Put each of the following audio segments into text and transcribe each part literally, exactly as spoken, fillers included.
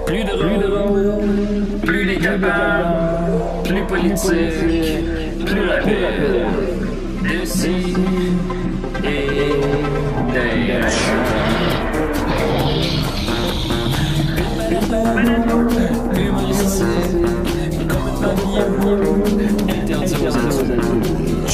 Plus drôle, plus décapable, plus politique, plus rapide. D'ici et d'ailleurs. Humoristique, complètement bien, interdit aux adultes.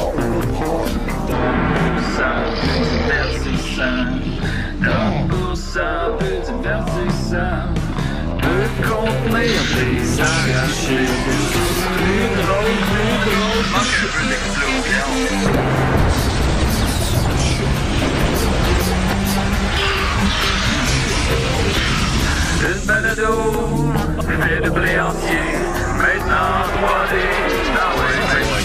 Ça, divertissant, donc pour ça, peu divertissant, peut contenir des arrachés. Plus drôle, plus drôle, manque un peu d'explosion. Une balado, fait de blé entier, maintenant trois D, dans le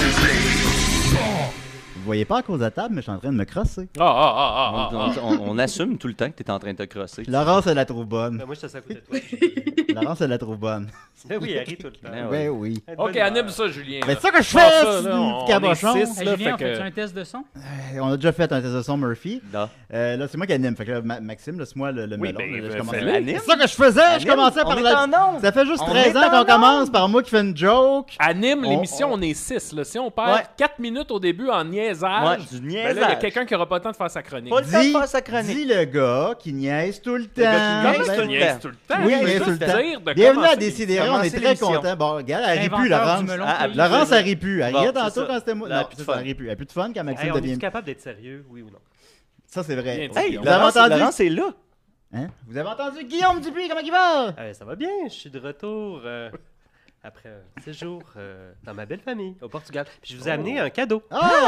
Vous voyez pas à cause de la table, mais je suis en train de me crosser. Ah, ah, ah, ah, On, ah, ah. on- on assume tout le temps que t'es en train de te crosser. Laurence, elle la trouve bonne. Ben, moi, je suis à côté de toi. Laurence, elle la trouve bonne. Ben oui, elle rit tout le temps. Ben Ben oui. Elle est de Ok, bonne humeur. anime ça, Julien. Mais là. c'est ça que je Bon, fais, ça, c'est là, on- cabochon. on est six, Hey, là, Julien, on fait fait que- un test de son? Euh, On a déjà fait un test de son Murphy. Là. Euh, là, c'est moi qui anime. Fait que là, Ma- Maxime, laisse-moi le, le Oui, melon. ben, Là, je euh, commence. fais-le. Anime. C'est ça que je faisais. Je Anime. commençais On par est la... en onde. Ça fait juste On treize est ans qu'on en commence onde. par moi qui fais une joke. Anime On- l'émission, on- on est six. Là. Si on perd Ouais. quatre minutes au début en niaisage, Ouais, du ben là, il y a niaisage. quelqu'un qui n'aura pas le temps de faire sa chronique. Pas le temps de Dis, faire sa chronique. dis le gars qui niaise tout le temps. gars qui niaise Ben, tout le niaise temps. tout le temps. Oui, Je veux niaise juste tout le temps. dire de Bienvenue à commencer. Décideret, on est commencer très l'émission. contents. Bon, regarde, elle rit plus, Inventeur du Laurence. melon. Ah, qui- Laurence, elle rit plus. Elle Bon, riait c'est tantôt ça. quand c'était moi. Là, elle a Non, plus c'est de ça, fun. elle rit plus. Elle a plus de fun quand Maxime Hey, on devient... est capable d'être sérieux, oui ou non? Ça, c'est vrai. Bien dit. Hey, Vous avez Laurence, entendu? Laurence est là. Hein? Vous avez entendu Guillaume Dupuis, comment il va? Euh, ça va bien, je suis de retour euh, après un séjour euh, dans ma belle famille au Portugal. Puis je vous ai amené un cadeau.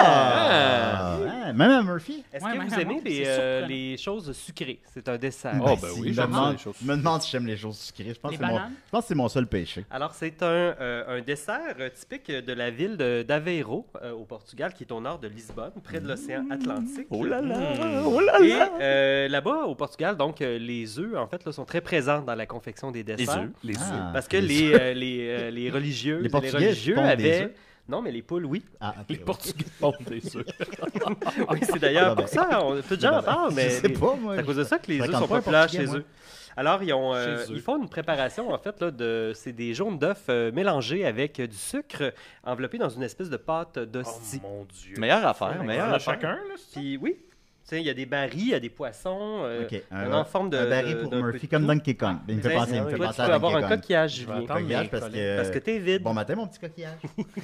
Ah! Ah, même à Murphy? Est-ce Ouais, que même vous à aimez moi, les, c'est euh, surprenant. les choses sucrées? C'est un dessert. Oh, ben si, oui, je j'aime me ça, demande, les choses je me demande si j'aime les choses sucrées. Je pense Les que c'est mon, bananes? je pense que c'est mon seul péché. Alors, c'est un, euh, un dessert euh, typique de la ville de- d'Aveiro, euh, au Portugal, qui est au nord de Lisbonne, près de l'océan Atlantique. Oh là là, Mm. oh là Et là. euh, là-bas, au Portugal, donc, euh, les œufs, en fait, là, sont très présents dans la confection des Les desserts. œufs, les œufs. Ah. Parce que Les les, euh, les, euh, les religieux, Les les Portugais religieux pondent des avaient... œufs? Non, mais les poules, oui. Ah, ok, Les ouais. Portugais font des œufs. Oui, c'est d'ailleurs Ah, pour ben. ça. On, peu de gens en parlent, mais Je sais les- pas, moi. c'est à cause de ça que les Je œufs fréquente sont pas un populaires Portugais, chez moi. eux. Alors, ils, ont, euh, Chez eux. ils font une préparation, en fait, là, de, c'est des jaunes d'œufs euh, mélangés avec euh, du sucre enveloppé dans une espèce de pâte Oh d'hostie. mon Dieu. Meilleure Il affaire, y en meilleure a affaire. chacun, là, c'est ça? Puis oui, tu sais, il y a des barils, il y a des poissons, euh, Ok, un en forme de- un baril de- pour d'un peu Murphy, de comme tout. Donkey Kong. Il me fait Ben, penser, il me fait toi, tu penser peux à avoir un Donkey Kong. coquillage, Je vais Julien. attendre Coquillage mes parce collègues. que... Parce que t'es vide. Bon matin, mon petit coquillage.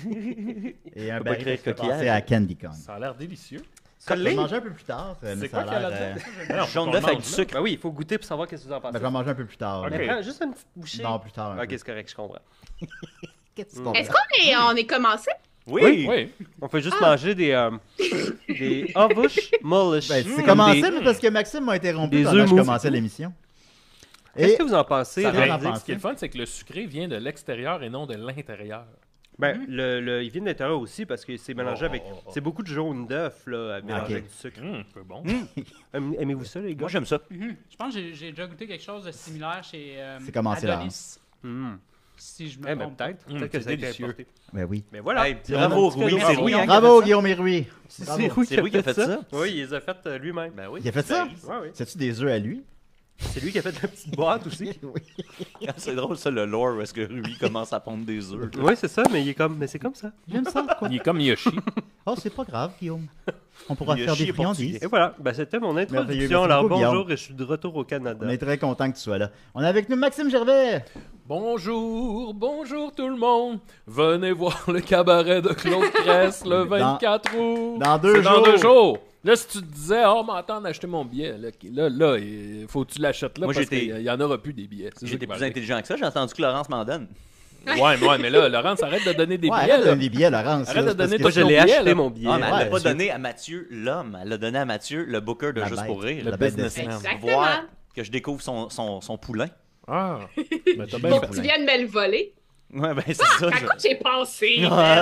Et un Faut pas baril créer qui fait coquillage. penser à Candy Kong. Ça a l'air délicieux. Je vais Collé. manger un peu plus tard. mais C'est ça a quoi qu'il y a l'air, là-dedans? euh, Alors, Jaune faut d'œuf qu'on avec du mange, sucre. Ben oui, il faut goûter pour savoir qu'est-ce que vous en pensez. ben, je vais manger un peu plus tard. Ok. là. Mais prends juste une petite bouchée. Non, plus tard. un Ok, peu. c'est correct, je comprends. Qu'est-ce Mm. qu'on Est-ce qu'on est, on est commencé? Oui. là. Oui. On peut juste manger des, euh, des ovush mullish. Ben, c'est Comme commencé, des- mais parce que Maxime m'a interrompu des pendant œufs que je mous. commençais l'émission. Qu'est-ce Et que vous en pensez? Ça là? va Ben, en dis, ce penser. qui est le fun, c'est que le sucré vient de l'extérieur et non de l'intérieur. Ben, le, le, il vient de l'intérieur aussi parce que c'est mélangé Oh, avec... oh, oh. C'est beaucoup de jaune d'œuf, là, mélangé Ok. avec du sucre. Hum, c'est bon. Aim- Aimez-vous ça, les gars? Moi, j'aime ça. Mhm. Je pense que j'ai- j'ai déjà goûté quelque chose de similaire chez euh, C'est commencé là. Adonis, Hmm. si je me Eh ben, trompe pas. peut-être. Hum, Peut-être que c'est ça a été délicieux. importé. ben oui. Mais voilà. Hey, bravo, C'est un Rui. petit C'est cadeau. Rui, hein, qui a Bravo, fait ça. Guillaume et Rui. C'est Bravo. Rui C'est Rui qui a fait ça? Oui, il les a fait euh, lui-même. Ben oui. Il a fait ça? Oui, oui. C'est-tu des œufs à lui? C'est lui qui a fait la petite boîte aussi. Oui. C'est drôle, ça, le lore, où est-ce que Rui commence à pondre des œufs. Oui, c'est ça, mais il est comme, mais c'est comme ça. J'aime ça. quoi. Il est comme Yoshi. Oh, c'est pas grave, Guillaume. On pourra Il a faire des chié friandises. Et voilà, ben, c'était mon Merveilleux. introduction. Merci Alors beaucoup, bonjour, Guillaume. et je suis de retour au Canada. On est très content que tu sois là. On est avec nous Maxime Gervais. Bonjour, bonjour tout le monde. Venez voir le cabaret de Claude Cress le vingt-quatre août. dans deux C'est dans jours. deux jours. Là, si tu te disais, oh, mais attends d'acheter mon billet, là, qui- là, là, il faut que tu l'achètes là Moi, parce j'étais- qu'il y en aura plus des billets. C'est ça J'étais qui va plus arriver. intelligent que ça. J'ai entendu que Laurence m'en donne. Ouais, mais, ouais, mais là, Laurence, arrête de donner des Ouais, billets. arrête de là. donner des billets, Laurence. Arrête là, de parce donner que- Moi, je ton l'ai billet, acheté, là. mon billet. Ah, mais elle Ouais, l'a pas c'est- donné à Mathieu, l'homme. Elle l'a donné à Mathieu, le booker de La Juste bête. pour rire. Le La bête businessman. Exactement. Voir que je découvre son, son, son poulain. Ah, mais t'as bien Pour fait. que tu viennes me le voler. Ouais, ben c'est Ah, ça. à je- quoi j'ai pensé?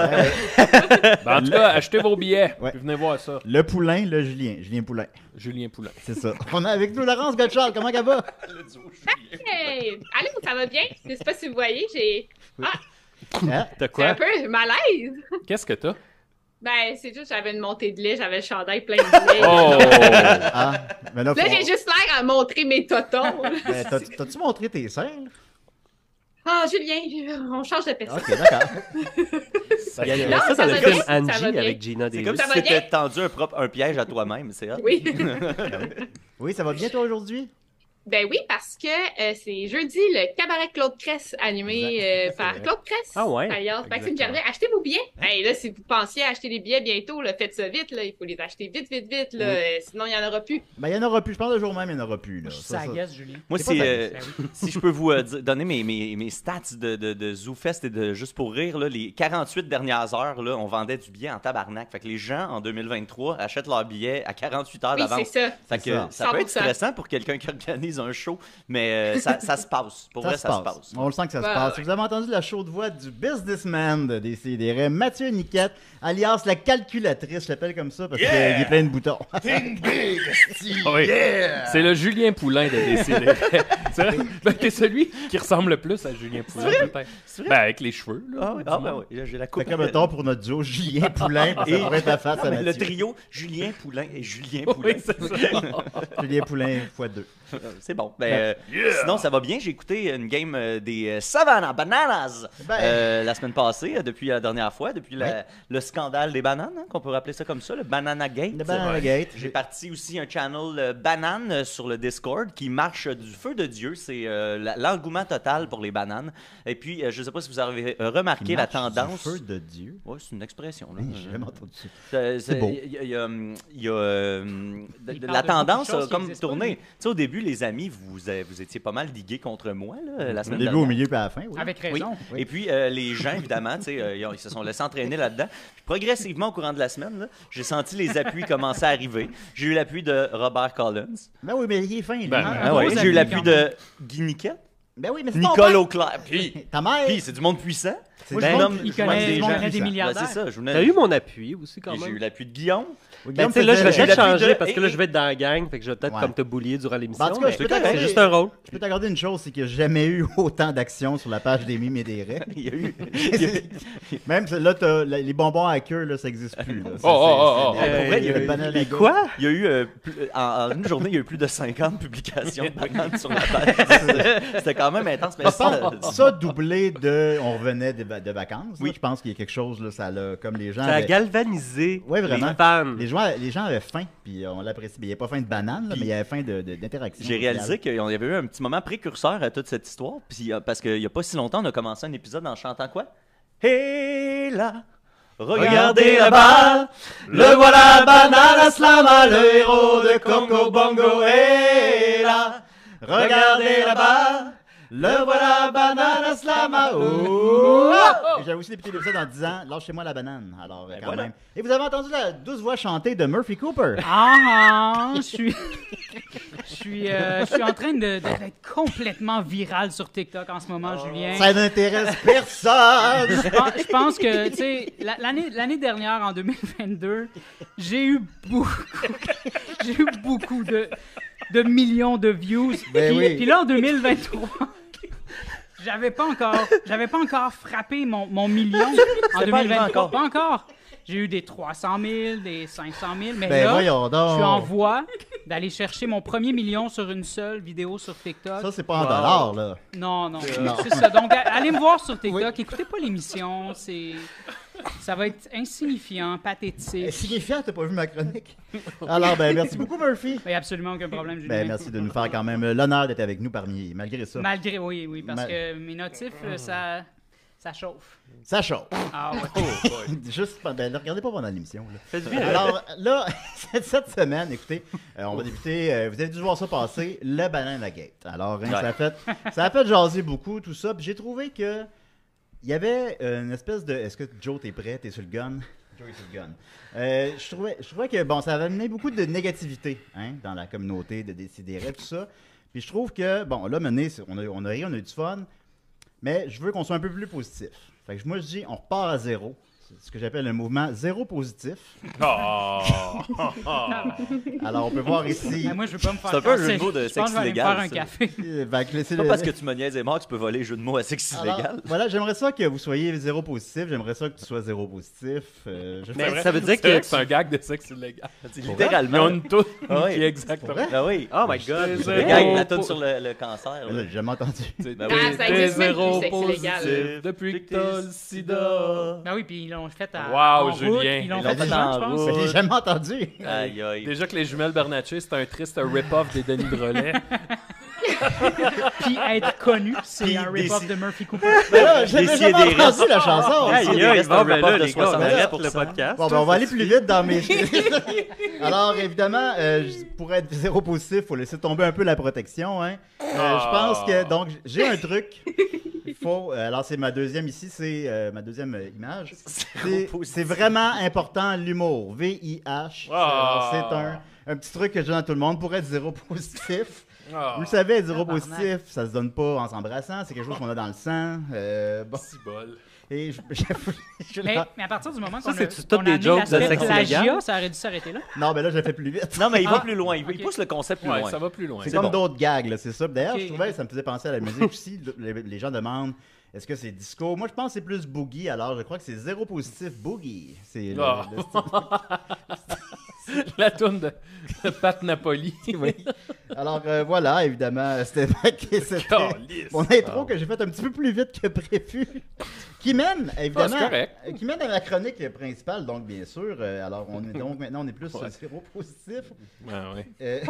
Ben, en tout cas, achetez vos billets. Ouais. Puis venez voir ça. Le poulain, le Julien. Julien Poulain. Julien Poulain. C'est ça. On est avec nous Laurence Gottschalk. Comment elle va? Hey! Allô, ça va bien? Je sais pas si vous voyez, j'ai... Hein? T'as C'est un quoi? peu malaise. Qu'est-ce que t'as? Ben, c'est juste, j'avais une montée de lait, j'avais le chandail plein de lait. Oh! Ah, mais là, Là, faut- j'ai juste l'air à montrer mes totons. Ben, t'as- T'as-tu montré tes seins? là? Ah, Julien, on change de personne. Ok, d'accord. Il y a Non, ça ça dans le va film bien, ça Angie va bien. avec Gina C'est Davis. comme Ça si va t'étais bien? tendu un, propre, un piège à toi-même, c'est hot. Oui. Oui, ça va bien toi aujourd'hui? Ben oui, parce que euh, c'est jeudi le cabaret Claude Cress animé euh, Exact. par C'est vrai. Claude Cress. Ah ouais? D'ailleurs, Maxime Exactement. Gervais, achetez vos billets. Hey, là, si vous pensiez acheter les billets bientôt, là, faites ça vite. Là. Il faut les acheter vite, vite, vite. Là. Oui. Euh, sinon, il n'y en aura plus. Ben, il y en aura plus. Je pense le jour même, il n'y en aura plus. Là. Je suis Ça, sa ça- guesse, Julien. Moi, C'est si, pas euh, Ben oui. si je peux vous euh, di- donner mes, mes, mes stats de, de, de ZooFest et de Juste pour rire, là, les quarante-huit dernières heures, là, on vendait du billet en tabarnak. Fait que les gens, en deux mille vingt-trois, achètent leurs billets à quarante-huit heures Oui, d'avance. c'est ça. Fait que C'est ça. ça peut être cent pour cent. stressant pour quelqu'un qui organise un show, mais euh, ça, ça se passe. Pour vrai, ça se passe. On le sent que ça se Ouais, passe. ouais. Vous avez entendu la chaude voix du businessman de Décideret, Mathieu Niquette, alias la calculatrice, je l'appelle comme ça parce qu'il est plein de boutons. Oui. C'est le Julien Poulain de Décideret. C'est vrai? Ben, t'es celui qui ressemble le plus à Julien Poulain, peut-être. Ben, avec les cheveux, là. Ah, oui, ah, ben oui, j'ai la coupe. Fait que mettons pour notre duo Julien Poulain, parce que ça pourrait être la face à Mais le Mathieu. trio Julien Poulain et Julien Oui, Poulain. c'est ça. Julien Poulain fois deux. C'est bon. Ben, euh, Sinon, ça va bien. J'ai écouté une game euh, des euh, Savannah Bananas Ben. euh, la semaine passée, euh, depuis la dernière fois, depuis la- Ouais. le scandale des bananes, hein, qu'on peut rappeler ça comme ça, le Banana Gate. Le Banana Gate. J'ai parti aussi un channel euh, banane euh, sur le Discord qui marche euh, du feu de Dieu. C'est euh, la- l'engouement total pour les bananes. Et puis, euh, je ne sais pas si vous avez euh, remarqué Qui la marche du tendance. feu de Dieu. Ouais, c'est une expression. Là. Hey, J'ai jamais entendu ça. C'est- c'est- beau. Il y a, il y a, hum, il y a, euh, de- Il de- parle la de beaucoup de tendance choses a qui comme existent pas, tourné. lui. Tu sais, au début, les amis, vous, euh, vous étiez pas mal ligués contre moi là, la Au semaine début, dernière. au milieu, puis à la fin, oui. Avec Oui. raison. Oui. Et puis, euh, les gens, évidemment, tu sais, euh, ils, ont- ils se sont laissés entraîner là-dedans. Puis, progressivement, au courant de la semaine, là, j'ai senti les appuis commencer à arriver. J'ai eu l'appui de Robert Collins. Ben oui, mais il est fin, lui. Ben, Ah, Ah gros ouais, j'ai eu appui, l'appui quand de Guy Niquette, ben oui, mais c'est ton Nicole père. Auclair. Puis, Ta mère. puis, c'est du monde puissant. C'est Moi, du je monde- pense qu'il je pense connaît que c'est il du monde connaît des puissant. Ben, milliardaires. c'est ça. Je venais- T'as eu mon appui aussi quand Puis, j'ai eu même. l'appui de Guillaume. Oui, Ben, Guillaume tu sais, là, je vais faisait- peut-être l'appui changer de- parce que et- là, je vais être dans la gang. Fait que je vais peut-être Ouais. comme te boulier durant l'émission. Ben, en tout cas, mais je peux c'est t'accorder- juste un rôle. Je peux t'accorder une chose, c'est que j'ai jamais eu autant d'actions sur la page des mimes et des raies. Il y a eu. il y a eu- Même si là, t'as- la- les bonbons à queue, là, ça n'existe plus. Là. Ça, Oh, oh, c'est- oh, c'est- oh. pour vrai, il y a Euh, le banana les gate. quoi? Il y a eu, euh, plus- en, en une journée, il y a eu plus de cinquante publications de bananes sur la page. C'était- C'était quand même intense. Mais Je ça, pense ça doublé de on revenait de, de vacances. Oui. là, je pense qu'il y a quelque chose là, ça l'a comme les gens. Ça a avaient- galvanisé Ouais, vraiment. les fans. les gens, les gens avaient faim, puis euh, on l'apprécie. Il n'y avait pas faim de banane, là, Puis- mais il y avait faim de- de- d'interaction. j'ai sociale. réalisé qu'il y avait eu un petit moment précurseur à toute cette histoire. Puis, euh, parce qu'il n'y a pas si longtemps, on a commencé un épisode en chantant quoi? Et là, regardez là-bas, le voilà, Banana Slama, le héros de Congo Bongo. Et là, regardez là-bas. Le voilà, banana slama. Oh! Et j'avais aussi débuté l'épisode en disant lâchez-moi la banane. Alors, euh, quand voilà. même. Et vous avez entendu la douce voix chantée de Murphy Cooper. Ah, ah, je suis, je suis, euh, je suis en train de- de- d'être complètement viral sur TikTok en ce moment, Julien. Ça n'intéresse personne. Je pense- Je pense que, tu sais, la- l'année l'année dernière, en deux mille vingt-deux, j'ai eu beaucoup, j'ai eu beaucoup de, de millions de views. Ben puis, oui. puis là, en deux mille vingt-trois, j'avais pas encore, j'avais pas encore frappé mon, mon million en pas deux mille vingt-trois. arrivé encore. Pas encore. J'ai eu des trois cent mille, des cinq cent mille, mais Ben là, voyons donc. je suis en voie d'aller chercher mon premier million sur une seule vidéo sur TikTok. Ça, c'est pas en dollars, là. Non, non, Non. c'est ça. Donc, a- allez me voir sur TikTok. Écoutez pas l'émission. C'est... Ça va être insignifiant, pathétique. Signifiant, t'as pas vu ma chronique? Alors, ben, merci beaucoup, Murphy. Il n'y a absolument aucun problème, Julien. Ben, merci de nous faire quand même l'honneur d'être avec nous parmi, malgré ça. Malgré, oui, oui, parce Mal- que mes notifs, euh, ça, ça chauffe. Ça chauffe. Ah ouais. Juste, ben, regardez pas pendant l'émission. là. Faites bien. Alors là, cette cette semaine, écoutez, euh, on va débuter, euh, vous avez dû voir ça passer, le Banana Gate. Alors, hein, ça, a fait, ça a fait jaser beaucoup, tout ça. Puis j'ai trouvé que il y avait euh, une espèce de... Est-ce que Joe, t'es prêt? T'es sur le gun? Joe est sur le gun. Euh, je, trouvais, je trouvais que, bon, ça avait amené beaucoup de négativité hein, dans la communauté de Décideret, tout ça. Puis je trouve que, bon, là, mené, on a, on a ri, on a eu du fun, mais je veux qu'on soit un peu plus positif. Fait que moi, je dis, on repart à zéro ce que j'appelle un mouvement zéro positif. Oh! Alors, on peut voir ici... Ben, moi, je veux pas me faire C'est un peu un casser. jeu de mots de Je pense que sexe je vais aller me illégal, faire un ça. café. euh, ben, que laissez C'est pas le- parce que tu me niaises et mort que tu peux voler les jeux de mots à sexe Alors, illégal. voilà, j'aimerais ça que vous soyez zéro positif. J'aimerais ça que tu sois zéro positif. Euh, je Mais ferais- ça veut dire C'est vrai que que c'est un gag de sexe illégal. Pour vrai? Ils Littéralement. ont une toune Ah ouais. qui est exactement. Pour vrai? Ah oui. Oh my god. C'est Le zéro gag, la po- toune sur le, le cancer. Mais là, là. j'ai jamais entendu. T'es- Ben Ah, oui. ça t'es existe même zéro plus, sexe illégal. positif depuis que t'as le sida. Ben oui, puis ils l'ont fait à. Wow, en Julien. route, Ils l'ont Ils fait l'ont à fait Jean, en je pense. route. J'ai jamais entendu. Aïe, aïe. Déjà que les jumelles Bernatchez, c'est un triste rip-off des Denis Drolet. Puis être connu, c'est Puis un des- rip-off de Murphy Cooper. Mais là, j'avais Des jamais sidérés. entendu la chanson. Aïe, il aïe, reste bon, un ben rapport là, de les gars, on soixante-dix arrête pour le cent. podcast. Bon, ben, on va aller plus vite dans mes... Alors, évidemment, euh, j- pour être zéro positif, il faut laisser tomber un peu la protection. Hein. Euh, Je pense que, donc, j'ai un truc. Il faut... euh, alors, c'est ma deuxième ici, c'est euh, ma deuxième euh, image. C'est- C'est vraiment important, l'humour. V I H. Alors, C'est un, un petit truc que je donne à tout le monde pour être zéro positif. Ah, Vous le savez, être zéro Tabarnak. positif, ça se donne pas en s'embrassant. C'est quelque chose qu'on a dans le sang. Euh, bon, si bol. et je, je- je- Mais, mais à partir du moment qu'on Ça, a, c'est-tu qu'on toutes a des amené jokes de l'aspect sexe plagiat, illégal? ça aurait dû s'arrêter là. Non, mais là, je le fais plus vite. Non, mais il va Ah. plus loin. Il, il Ok. pousse le concept plus Ouais, loin. ça va plus loin. C'est C'est comme bon. d'autres gags, là, c'est ça. D'ailleurs, Ok. je trouvais, ça me faisait penser à la musique aussi. Les, les gens demandent, est-ce que c'est disco? Moi, je pense que c'est plus boogie, alors je crois que c'est zéro positif boogie. C'est le- Ah. le style. La toune de, de Pat Napoli. Oui. Alors, euh, voilà, évidemment, c'était c'était Calisse. mon intro que j'ai fait un petit peu plus vite que prévu. Qui mène, évidemment, Ah, c'est correct. euh, qui mène à ma chronique principale, donc bien sûr. Euh, alors, on est donc maintenant, on est plus sur Ouais. zéro positif. Ah, ouais. Euh,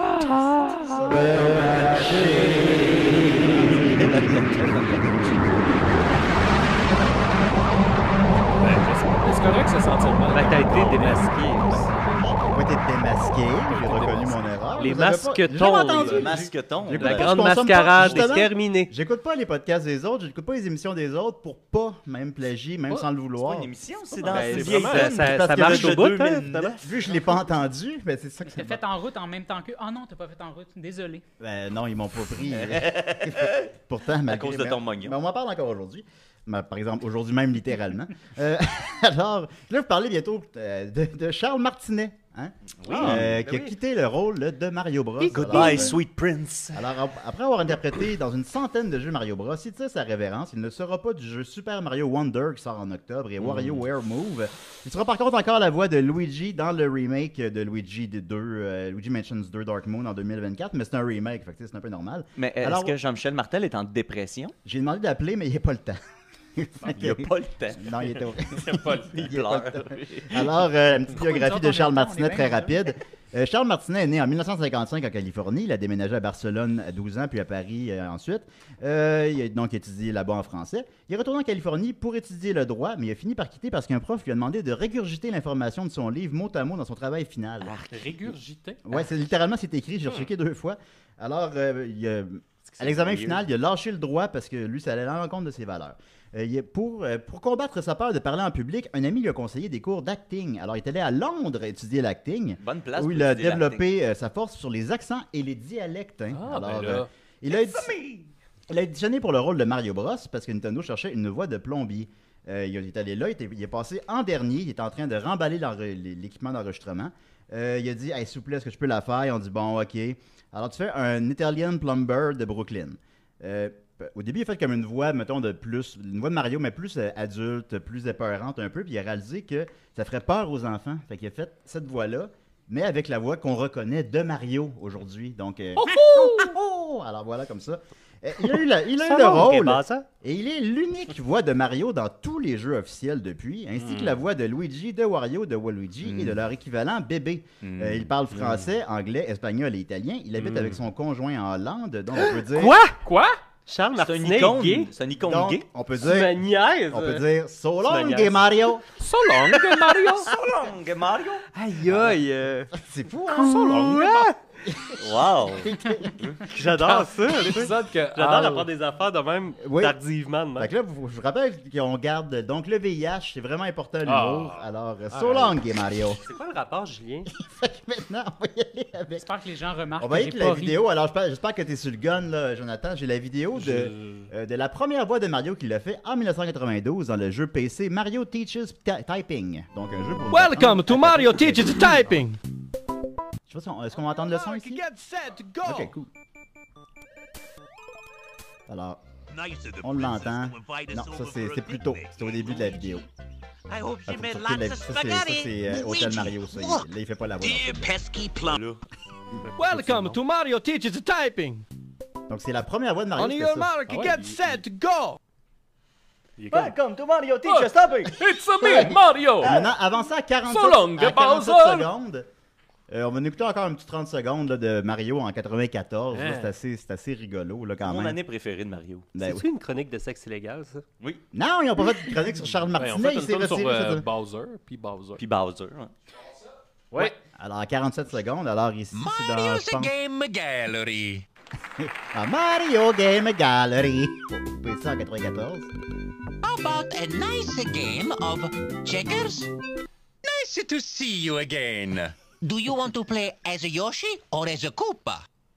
Ben, je sais pas. C'est correct, ça sentir mal. Ben, t'as été démasqué aussi. J'ai pas été démasqué, j'ai reconnu mon erreur. Les Vous avez masques pas- j'ai tombent. jamais entendu. Le masqueton. J'écoute La pas, grande je consomme pas, mascarade est justement. terminée. J'écoute pas les podcasts des autres, j'écoute pas les émissions des autres pour pas même plagier, même Pas- sans le C'est vouloir. pas une émission, c'est pas dans mal. une C'est vieille vraiment- Ça, scène. ça, parce ça que marche le au bout, deux hein, mille finalement. Vu que je l'ai pas entendu, ben c'est ça que ça T'as fait en route en même temps que. Ah non, t'as pas fait en route. Désolé. Ben non, ils m'ont pas pris. Pourtant, malgré- cause de ton mognon. Mais on m'en parle encore aujourd'hui. Ben, par exemple, aujourd'hui même, littéralement. Euh, alors, là, vous parlez bientôt euh, de, de Charles Martinet, hein? Oui. Euh, ben qui a oui. quitté le rôle là, de Mario Bros. Goodbye, Alors, euh, sweet prince. Alors, ap- après avoir interprété dans une centaine de jeux Mario Bros, il tire sa révérence. Il ne sera pas du jeu Super Mario Wonder qui sort en octobre et WarioWare Move. Il sera par contre encore la voix de Luigi dans le remake de Luigi deux, euh, Luigi Mansions deux Dark Moon en deux mille vingt-quatre, mais c'est un remake, fait que c'est un peu normal. Mais est-ce Alors- que Jean-Michel Martel est en dépression? J'ai demandé d'appeler, mais il n'y a pas le temps. Il n'a pas le temps. Non, il était au... C'est pas le- Il Il y a pas pleure. le Alors, euh, une petite Pourquoi biographie nous de autres, Charles on est Martinet bien, très là? rapide. Euh, Charles Martinet est né en mille neuf cent cinquante-cinq en Californie. Il a déménagé à Barcelone à douze ans, puis à Paris euh, ensuite. Euh, il a donc étudié là-bas en français. Il est retourné en Californie pour étudier le droit, mais il a fini par quitter parce qu'un prof lui a demandé de régurgiter l'information de son livre mot à mot dans son travail final. Régurgité. Ouais, c'est littéralement c'est écrit, j'ai rechecké deux fois. Alors, euh, il a- à l'examen final, il a lâché le droit parce que lui, ça allait à l'encontre de ses valeurs. Euh, il est- pour, euh, pour combattre sa peur de parler en public, un ami lui a conseillé des cours d'acting. Alors, il est allé à Londres étudier l'acting, Bonne place où pour il a étudier l'acting. développé euh, sa force sur les accents et les dialectes. hein. Ah, Alors, ben là. euh, il, a édi- il a auditionné pour le rôle de Mario Bros parce que Nintendo cherchait une voix de plombier. Euh, il est allé là, il, était- il est passé en dernier, il est en train de remballer l'enre- l'équipement d'enregistrement. Euh, il a dit hey, s'il vous plaît, est-ce que je peux la faire? Ils ont dit bon, ok. Alors tu fais un Italian plumber de Brooklyn. Euh, au début, il a fait comme une voix, mettons, de plus, une voix de Mario, mais plus euh, adulte, plus épeurante un peu, puis il a réalisé que ça ferait peur aux enfants. Fait qu'il a fait cette voix-là, mais avec la voix qu'on reconnaît de Mario aujourd'hui. Donc, euh, alors voilà, comme ça. Euh, il a eu, la- il a eu le rôle. Et il est l'unique voix de Mario dans tous les jeux officiels depuis, ainsi que la voix de Luigi, de Wario, de Waluigi et de leur équivalent bébé. Euh, il parle français, anglais, espagnol et italien. Il habite avec son conjoint en Hollande, donc on peut dire... Quoi? Quoi? Charles C'est un Martinet est icône. gay? C'est un icône Donc, gay. on peut Tu me dire... niaises? On peut dire So Tu long, me niaises. gay Mario! So long, Mario. So long, Mario. Aïe aïe! euh, C'est fou, hein? Quoi? Wow! J'adore ça. L'épisode que J'adore Al- apprendre des affaires de même Oui. tardivement. De même. Fait que là, vous- je vous rappelle qu'on garde donc le V I H, c'est vraiment important à l'humour. Ah. Alors, euh, so long, Gay Mario. C'est quoi le rapport, Julien? Fait que maintenant, on va y aller avec. J'espère que les gens remarquent On va y que aller j'ai avec la pas ri. vidéo. Alors, j'espère, j'espère que t'es sur le gun, là, Jonathan. J'ai la vidéo de, Je- euh, de la première voix de Mario qu'il a fait en dix-neuf cent quatre-vingt-douze dans le jeu P C Mario Teaches Ty- Typing. Donc, un jeu pour. Welcome to Mario Teaches Typing. Je sais pas si on- est-ce qu'on va entendre le son ici? Get set, go. Ok, cool. Alors, on l'entend. Non, ça c'est c'est plus tôt. C'était au début de la vidéo. Ah, faut sortir la- ça, c'est ça, c'est, euh, Hotel Mario, ça. Il- là, il fait pas la voix. Welcome to Mario Teaches Typing. Donc, c'est la première voix de Mario. On c'était your ça. mark, Ah ouais, get il- set, go. Il est comme... Welcome to Mario Teacher Stopping! It's a me, Mario! Maintenant, avancez à quarante-sept, So long, à quarante-sept Bowser. secondes. Euh, on va nous écouter encore un petit trente secondes là, de Mario en quatre-vingt-quatorze. là. Hein. C'est assez, c'est assez rigolo là, quand Mon même. année préférée de Mario. Ben C'est-tu une chronique de sexe illégal, ça? Oui. Non, ils n'ont pas fait de chronique sur Charles Ben, on Martinet. fait il une s'est tourne sur retiré. euh, ça. Bowser, puis Bowser. Puis Bowser. hein. Ouais. Alors, à quarante-sept secondes. Alors, ici, c'est dans. Mario's je pense, Game Gallery. à Mario Game Gallery. P C en quatre-vingt-quatorze. How about a nice game of checkers? Nice to see you again. Do you want to play as a Yoshi or as a Koopa?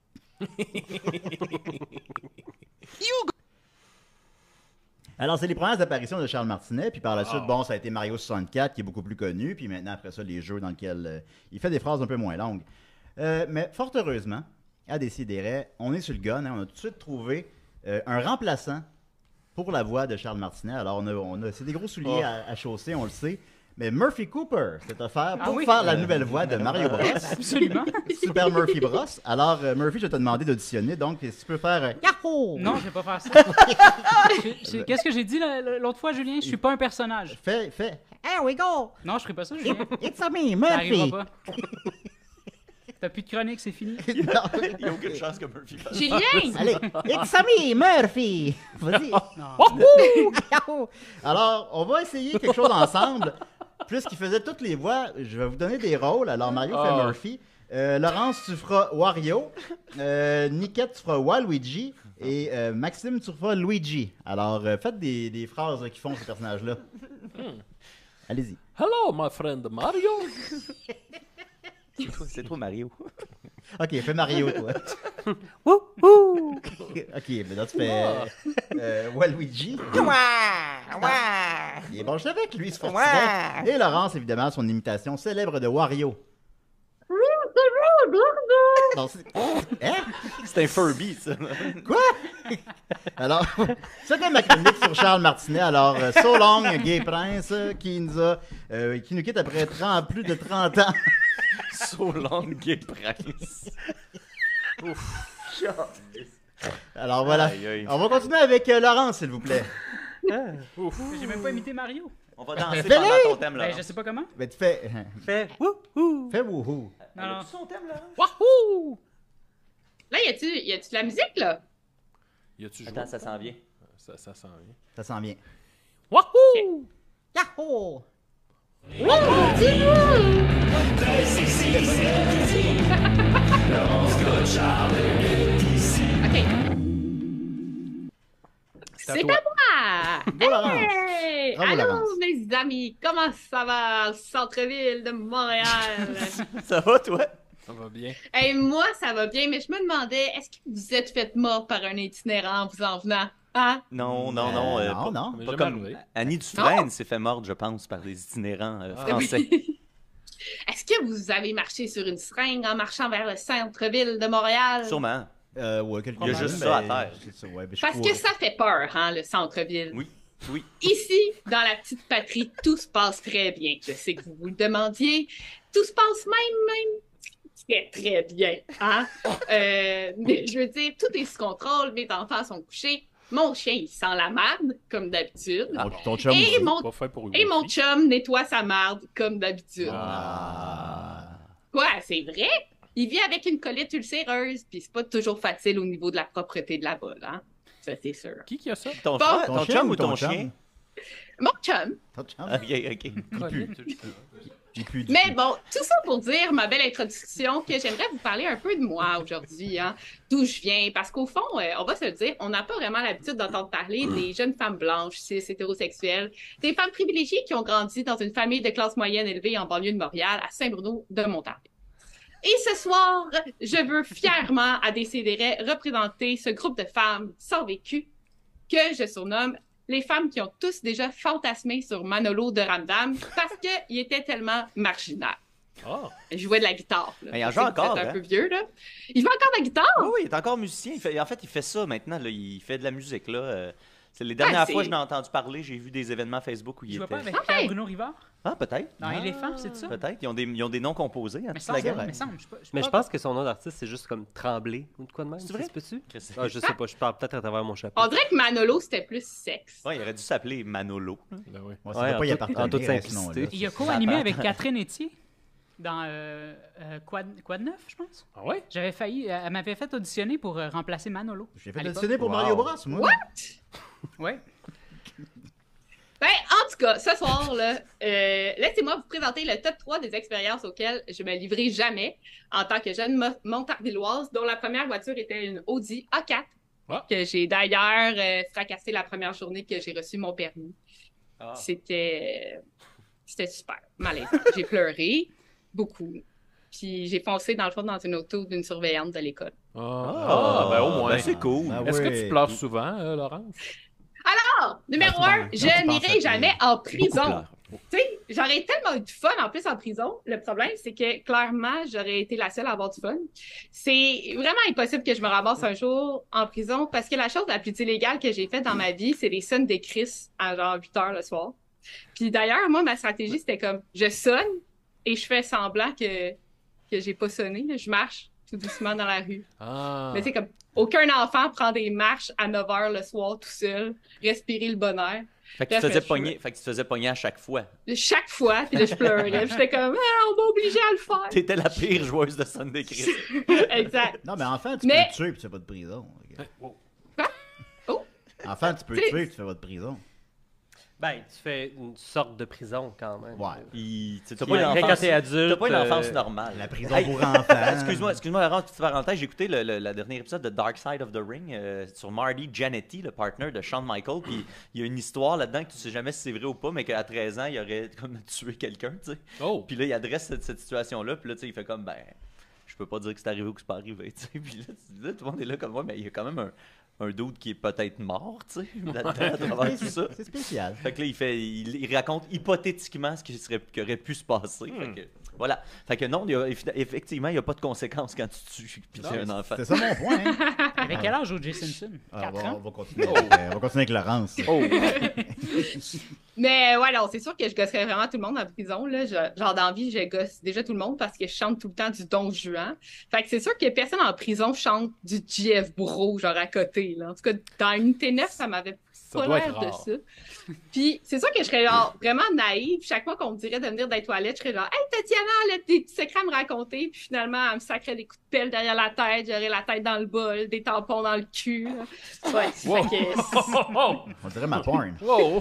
You go. Alors, c'est les premières apparitions de Charles Martinet. Puis par la suite, bon, ça a été Mario soixante-quatre qui est beaucoup plus connu. Puis maintenant, après ça, les jeux dans lesquels euh, il fait des phrases un peu moins longues. Euh, mais fort heureusement, à Décideret, on est sur le gun. Hein, on a tout de suite trouvé euh, un remplaçant pour la voix de Charles Martinet. Alors, on a, on a, c'est des gros souliers Oh. à, à chausser, on le sait. Mais Murphy Cooper s'est offert pour Ah oui? faire la nouvelle voix de Mario Bros. Absolument. Super Murphy Bros. Alors, euh, Murphy, je vais te demander d'auditionner. Donc, si tu peux faire euh, Yahoo! Non, je vais pas faire ça. J'ai- j'ai- Qu'est-ce que j'ai dit la- la- l'autre fois, Julien? Je suis pas un personnage. Fais, fais. Here we go! Non, je ferai pas ça, Julien. It's a me, Ça Murphy! arrivera pas. T'as plus de chronique, c'est fini. Il n'y a aucune chance que Murphy fasse. Julien! Allez, it's a me, Murphy! Vas-y! Non. Yahoo! Alors, on va essayer quelque chose ensemble. Puisqu'il faisait toutes les voix, je vais vous donner des rôles. Alors, Mario fait Ah. Murphy. Euh, Laurence, tu feras Wario. Euh, Nickette, tu feras Waluigi. Et euh, Maxime, tu feras Luigi. Alors, euh, faites des, des phrases là, qui font ces personnages-là. Allez-y. Hello, my friend Mario. C'est toi, c'est toi, Mario. Ok, fais Mario, toi. Ok, maintenant tu fais euh, Waluigi. Il est bon, je savais que lui se forcerait. Et Laurence, évidemment, son imitation célèbre de Wario. Non, c'est... Hein? C'est un Furby, ça. Quoi? Alors, c'était ma chronique sur Charles Martinet. Alors, euh, so long, Gay Prince, euh, qui nous a, euh, qui nous quitte après trente, plus de trente ans. So long, Gay Prince. Alors voilà. Aïe, aïe. On va continuer avec euh, Laurence, s'il vous plaît. J'ai même pas imité Mario. On va danser Fais-le! pendant ton thème, là. Ben, je sais pas comment. Mais tu fais. Fais wouhou! Fais wouhou. Non, non. son thème, là? Wahoo! Là, y a-tu y a-tu de la musique, là? Y a-tu joué? Attends, ça s'en vient. Ça, ça sent rien. Ça sent bien. Wahoo! Yahoo! OK. C'est à C'est toi. à moi! Go, Laurence. Hey! Bravo, Allô, Laurence. mes amis! Comment ça va, le centre-ville de Montréal? Ça va, toi? Ça va bien. Hey, moi, ça va bien, mais je me demandais, est-ce que vous êtes fait mort par un itinérant en vous en venant? Hein? Non, non, non. Euh, euh, non, pas, non. Ça m'est pas jamais comme arrivé. Annie Dufresne s'est fait mordre, je pense, par des itinérants euh, Ah. français. Est-ce que vous avez marché sur une seringue en marchant vers le centre-ville de Montréal? Sûrement. Euh, ouais, quelque Il y a chose, juste mais ça à faire. c'est ça, ouais, mais je Parce cours. que ça fait peur, hein, le centre-ville. Oui, oui. Ici, dans la petite patrie, tout se passe très bien. Je sais que vous vous le demandiez. Tout se passe même, même très, très bien. Hein? Euh, mais je veux dire, tout est sous contrôle. Mes enfants sont couchés. Mon chien, il sent la marde, comme d'habitude. Ton- ton chum Et aussi. mon, Pas fait pour et mon Wi-Fi. chum nettoie sa marde, comme d'habitude. Ah. Quoi, c'est vrai? Il vit avec une colite ulcéreuse, puis c'est pas toujours facile au niveau de la propreté de la bolle, hein? Ça, c'est sûr. Qui qui a ça? Ton, Bon. frère, Ton ton chien chum ou ou ton ton chum? chien? Mon chum, Ton chum? Ok, ok. Colette. Mais bon, tout ça pour dire, ma belle introduction, que j'aimerais vous parler un peu de moi aujourd'hui, hein, d'où je viens. Parce qu'au fond, euh, on va se le dire, on n'a pas vraiment l'habitude d'entendre parler des jeunes femmes blanches, cis, hétérosexuelles, des femmes privilégiées qui ont grandi dans une famille de classe moyenne élevée en banlieue de Montréal, à Saint-Bruno de Montarville. Et ce soir, je veux fièrement, à Décideret, représenter ce groupe de femmes sans vécu que je surnomme les femmes qui ont tous déjà fantasmé sur Manolo de Ramdam parce qu'il était tellement marginal. Oh. Il jouait de la guitare. Là. Mais il en Je joue sais que encore, vous êtes un hein? peu vieux, là. Il joue encore de la guitare? Oui, oui, il est encore musicien. Il fait- en fait, il fait ça maintenant. Là. Il fait de la musique. Là. Euh, c'est les dernières Ah, fois c'est- que je l'ai entendu parler, j'ai vu des événements Facebook où il Tu vois était. pas avec Ah, Pierre hey! Bruno Rivard? Ah, peut-être. Dans Éléphant, c'est ça? Peut-être. Ils ont des, ils ont des noms composés. Hein, Mais toute ça, la ça, gang. mais ça, je sais pas- je sais Mais pas- je pense que son nom d'artiste, c'est juste comme Tremblay ou de quoi de même. C'est vrai? Ça se peut-tu? Chris. Ah, je sais pas, je parle peut-être à travers mon chapeau. On dirait que Manolo, c'était plus sexe. Ouais, il aurait dû s'appeler Manolo. Ben oui. Ouais, ça Ouais, doit en pas y toute- appartenir en toute à ce simplicité. nom-là. Il a co-animé avec Catherine Etier dans euh, euh, Quad, Quad neuf, je pense. Ah ouais? J'avais failli, euh, elle m'avait fait auditionner pour euh, remplacer Manolo. J'ai fait à l'époque. auditionner pour Wow. Mario Bros, moi. Ouais. Ben, en tout cas, ce soir, là, euh, laissez-moi vous présenter le top trois des expériences auxquelles je me livrai jamais en tant que jeune mo- montarvilloise, dont la première voiture était une Audi A quatre, Ah. que j'ai d'ailleurs euh, fracassé la première journée que j'ai reçu mon permis. Ah. C'était... C'était super malaisant. J'ai pleuré beaucoup. Puis j'ai foncé dans le fond dans une auto d'une surveillante de l'école. Ah, ah, ben au moins. Ben, c'est cool. Ben Est-ce que oui. tu pleures souvent, euh, Laurence? Alors, numéro Ah, un, tu penses- je tu penses n'irai à jamais tes- en Beaucoup prison. pleurent. Tu sais, j'aurais tellement eu de fun en plus en prison. Le problème, c'est que clairement, j'aurais été la seule à avoir du fun. C'est vraiment impossible que je me ramasse un jour en prison parce que la chose la plus illégale que j'ai faite dans ma vie, c'est les sonnes des Chris à genre huit heures le soir. Puis d'ailleurs, moi, ma stratégie, c'était comme, je sonne et je fais semblant que, que j'ai pas sonné. Je marche tout doucement dans la rue. Ah. Mais c'est comme, aucun enfant prend des marches à neuf heures le soir tout seul, respirer le bon air. Fait que, tu te Bref, faisais je- pogner, fait que tu te faisais pogner à chaque fois. Chaque fois, puis là, je pleurais. Puis J'étais comme, ah, on m'a obligé à le faire. T'étais la pire joueuse de Sunday Chris. Exact. Non, mais enfant, tu Mais- peux le tuer puis tu fais pas de prison. Oh. Oh. Enfant, tu peux le Tu sais- tuer puis tu fais pas de prison. Ben, tu fais une sorte de prison quand même. Ouais. Il- tu- T'as Puis pas une après, enfance, quand t'es adulte, t'as pas une enfance euh, normale. La prison Hey, pour enfants. Excuse-moi, excuse-moi, Laurent, petite parenthèse. J'ai écouté le, le- le dernier épisode de Dark Side of the Ring euh, sur Marty Jannetty, le partner de Shawn Michaels. Puis il y a une histoire là-dedans que tu sais jamais si c'est vrai ou pas, mais qu'à treize ans, il aurait comme tué quelqu'un, tu sais. Oh. Puis là, il adresse cette, cette situation-là. Puis là, tu sais, il fait comme, ben, je peux pas dire que c'est arrivé ou que c'est pas arrivé, tu sais. Puis là, tu- là, tout le monde est là comme moi, mais il y a quand même un, un dude qui est peut-être mort, tu sais, là-dedans, à travers tout ça. C'est spécial. Fait que là, il, fait, il, il raconte hypothétiquement ce qui, serait, qui aurait pu se passer. Fait que, voilà. Fait que non, il y a- effectivement, il n'y a pas de conséquences quand tu tues puis tu es un enfant. C'est ça mon point. Hein? Avec quel âge O J Simpson? Alors, on, quatre va, ans? on va continuer avec, euh, on va continuer avec Laurence. Oh! Mais ouais, non, c'est sûr que je gosserais vraiment tout le monde en prison. Là. Je- genre, dans la vie, je gosse déjà tout le monde parce que je chante tout le temps du Don Juan. Fait que c'est sûr que personne en prison chante du J F Bro, genre à côté. Là. En tout cas, dans Unité neuf, ça m'avait Ça pas doit l'air être de rare. ça. Puis c'est sûr que je serais genre vraiment naïve. Chaque fois qu'on me dirait de venir dans les toilettes, je serais genre, hey Tatiana, elle a des petits secrets à me raconter. Puis finalement, elle me sacrait des coups de pelle derrière la tête, j'aurais la tête dans le bol, des tampons dans le cul. là. Ouais, Wow. fait que- Oh. On dirait ma porn. Wow.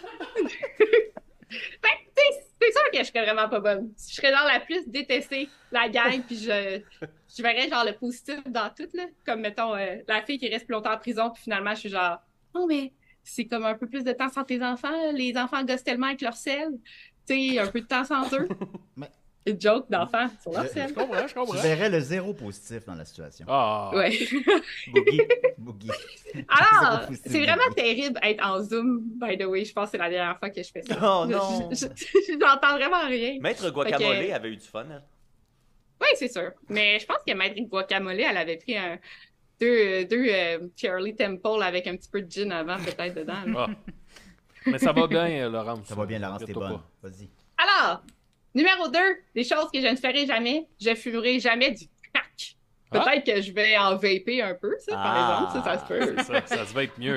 Fait que, tu sais, c'est sûr que je serais vraiment pas bonne. Je serais genre la plus détestée, la gang, puis je, je verrais genre le positif dans tout, là. Comme, mettons, euh, la fille qui reste plus longtemps en prison, puis finalement, je suis genre, oh, mais c'est comme un peu plus de temps sans tes enfants. Les enfants gossent tellement avec leur sel. Tu sais, un peu de temps sans eux. Mais- Une joke d'enfants sur leur Je- sel. Je comprends, je Tu comprends. verrais le zéro positif dans la situation. Ah. Ouais. Boogie. Boogie. Alors, Zéro positif, c'est vraiment Boogie. terrible être en Zoom, by the way. Je pense que c'est la dernière fois que je fais ça. Oh Je- non! je- je- J'entends vraiment rien. Maître Guacamole Fait que- avait eu du fun, elle. Oui, c'est sûr. Mais je pense que Maître Guacamole, elle avait pris un, deux, deux euh, Shirley Temple avec un petit peu de gin avant, peut-être, dedans. là. Ah. Mais ça va bien, euh, Laurence. Ça va bien, Laurence, t'es Inquiète-toi bonne. pas. Vas-y. Alors, numéro deux, des choses que je ne ferai jamais. Je fumerai jamais du crack. Ah. Peut-être que je vais en vaper un peu, ça, par Ah. exemple. Ça, ça se peut. C'est ça, ça se va être mieux.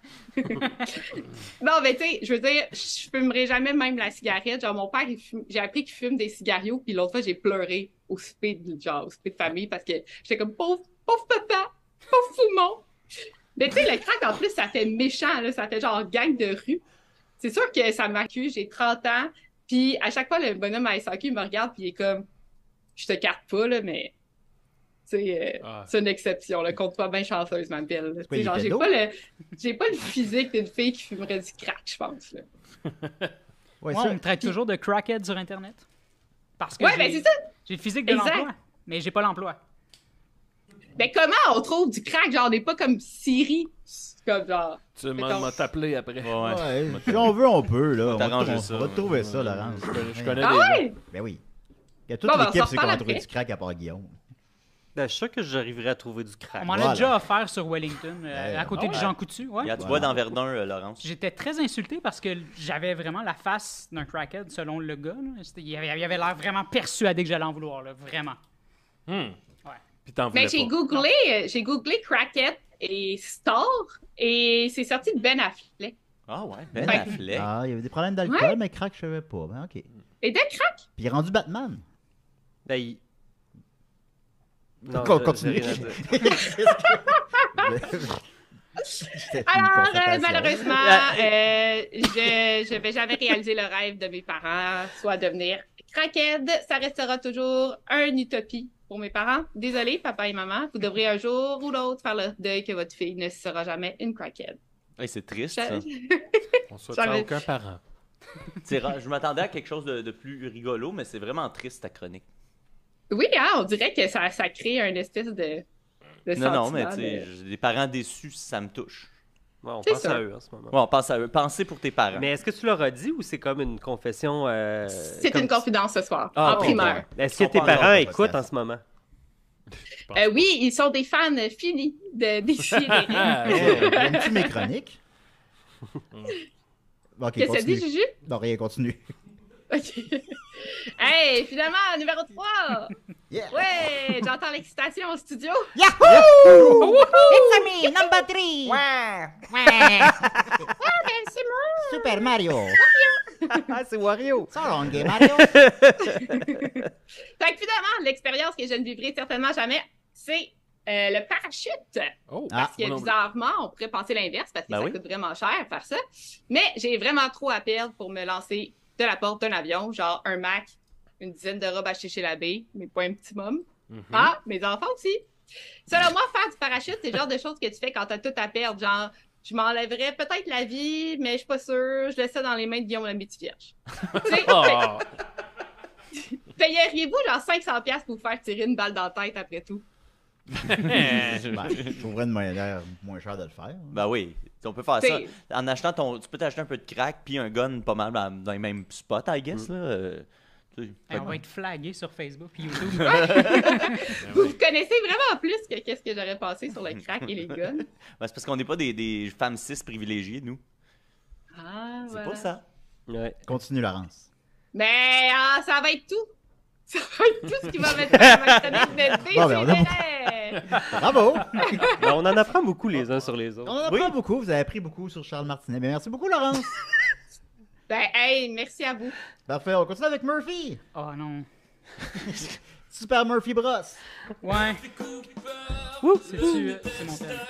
Non, mais tu sais, je veux dire, je fumerai jamais même la cigarette. Genre, mon père, il fume- j'ai appris qu'il fume des cigarios, puis l'autre fois, j'ai pleuré au souper de, genre, au souper de famille parce que j'étais comme, pauvre, pauvre papa, pauvre Foumon. Mais tu sais, le crack, en plus, ça fait méchant, là, ça fait genre gang de rue. C'est sûr que ça m'accuse, j'ai trente ans, puis Puis à chaque fois, le bonhomme à S A Q me regarde, puis il est comme, je te carte pas, là, mais. Tu sais, euh, Ah. c'est une exception, là. Compte-toi bien chanceuse, ma belle. Tu quoi, sais, il genre, était j'ai lourd? pas, le... j'ai pas le physique d'une fille qui fumerait du crack, je pense, là. Ouais, Moi, ça- on me traite toujours de crackhead sur Internet. Parce que Ouais, j'ai- ben c'est ça. j'ai le physique de Exact. l'emploi, mais j'ai pas l'emploi. Ben comment on trouve du crack? Genre, on n'est pas comme Siri. Comme genre. Tu Mettons. m'as m'as t'appeler après. Ouais, ouais. Ouais, si on veut, on peut, là. On va, t'arranger on ça. va te trouver ça, Laurence. Je, je connais Ah des gens. ouais? Ben oui. Il y a toute Bon, ben, on l'équipe, s'en c'est qu'on reparle a trouvé après. du crack à part Guillaume. Ben, je suis sûr que j'arriverai à trouver du crack. On m'en Voilà. a déjà offert sur Wellington, euh, Ouais, à côté ah de ouais. Jean Coutu. Ouais. Regarde, tu Voilà. vois dans Verdun, euh, Laurence. J'étais très insulté parce que j'avais vraiment la face d'un crackhead, selon le gars. là. C'était- Il avait il avait l'air vraiment persuadé que j'allais en vouloir, là, vraiment. Hmm. Ouais. Puis t'en voulais Mais j'ai pas. googlé, euh, j'ai googlé crackhead et star et c'est sorti de Ben Affleck. Ah ouais, Ben Fait- Affleck. Ah, il y avait des problèmes d'alcool, Ouais. mais crack, je savais pas. Ben, ok. Et de crack? Puis il est rendu Batman. Ben, il- Non, Con- je- continue. j'ai rien à dire. C'était une Alors, euh, constatation. malheureusement, Ah, euh, je je vais jamais réaliser le rêve de mes parents, soit devenir crackhead. Ça restera toujours une utopie pour mes parents. Désolé, papa et maman, vous devrez un jour ou l'autre faire le deuil que votre fille ne sera jamais une crackhead. Hey, c'est triste, ça. On souhaite ça à J'avais- aucun parent. C'est rare. Je m'attendais à quelque chose de, de plus rigolo, mais c'est vraiment triste ta chronique. Oui, hein, on dirait que ça, ça crée un espèce de, de Non, non, mais sentiment tu de- sais, j'ai des parents déçus, ça me touche. Ouais, on C'est pense ça. à eux en ce moment. Ouais, on pense à eux. Pensez pour tes parents. Mais est-ce que tu leur as dit ou c'est comme une confession euh, C'est comme- une confidence ce soir, Ah, en ok, primaire. ouais. Est-ce que Ils sont tes pas parents encore écoutent podcast. en ce moment? Je pense Euh, oui, ils sont des fans finis de Décidérer. Ah, Ouais, ouais. Aimes-tu mes chroniques? Ok, Qu'est-ce que ça dit, continue. Juju? Non, rien, continue. OK. Hey, finalement, numéro trois! Yeah! Ouais, j'entends l'excitation au studio. Yahoo! It's a me, number three. Ouais. Ouais. Ben, c'est moi! Super Mario! Ah, c'est Wario! So long, gay Mario! Fait que finalement, l'expérience que je ne vivrai certainement jamais, c'est euh, le parachute. Oh, Ah, Parce que moi non plus. bizarrement, on pourrait penser l'inverse parce que Ben ça oui. coûte vraiment cher faire ça. Mais j'ai vraiment trop à perdre pour me lancer de la porte d'un avion, genre un Mac, une dizaine de robes achetées chez l'abbé, mais pas un petit môme. Mhm. Ah, mes enfants aussi. Selon moi, faire du parachute, c'est le genre de choses que tu fais quand t'as tout à perdre. Genre, je m'enlèverais peut-être la vie, mais je suis pas sûre. Je laisse ça dans les mains de Guillaume la Vierge. Tu sais, Ah. payeriez-vous genre cinq cents dollars pour vous faire tirer une balle dans la tête après tout? Ben, je trouverais une manière moins chère de le faire. Ben oui, on peut faire ça. T'sais- En achetant ton. Tu peux t'acheter un peu de crack puis un gun pas mal dans, dans les mêmes spots, I guess. Là. Euh, tu sais. Hey, on va être flagué sur Facebook et YouTube. Vous vous connaissez vraiment plus que qu'est-ce que j'aurais pensé sur le crack et les guns. Ben, c'est parce qu'on n'est pas des, des femmes cis privilégiées, nous. Ah, C'est voilà. pas ça. Ouais. Continue, Laurence. Mais ah, ça va être tout. Ça va être tout ce qui va mettre ma chronique de Bon, ben, on a Décidérez. Bravo! Ben, on en apprend beaucoup les uns sur les On autres. en apprend beaucoup. Vous avez appris beaucoup sur Charles Martinet. Mais merci beaucoup, Laurence. Ben, hey, merci à vous. Parfait, on continue avec Murphy. Oh non. Super Murphy Bros. Ouais. C'est-tu, euh, c'est mon thème.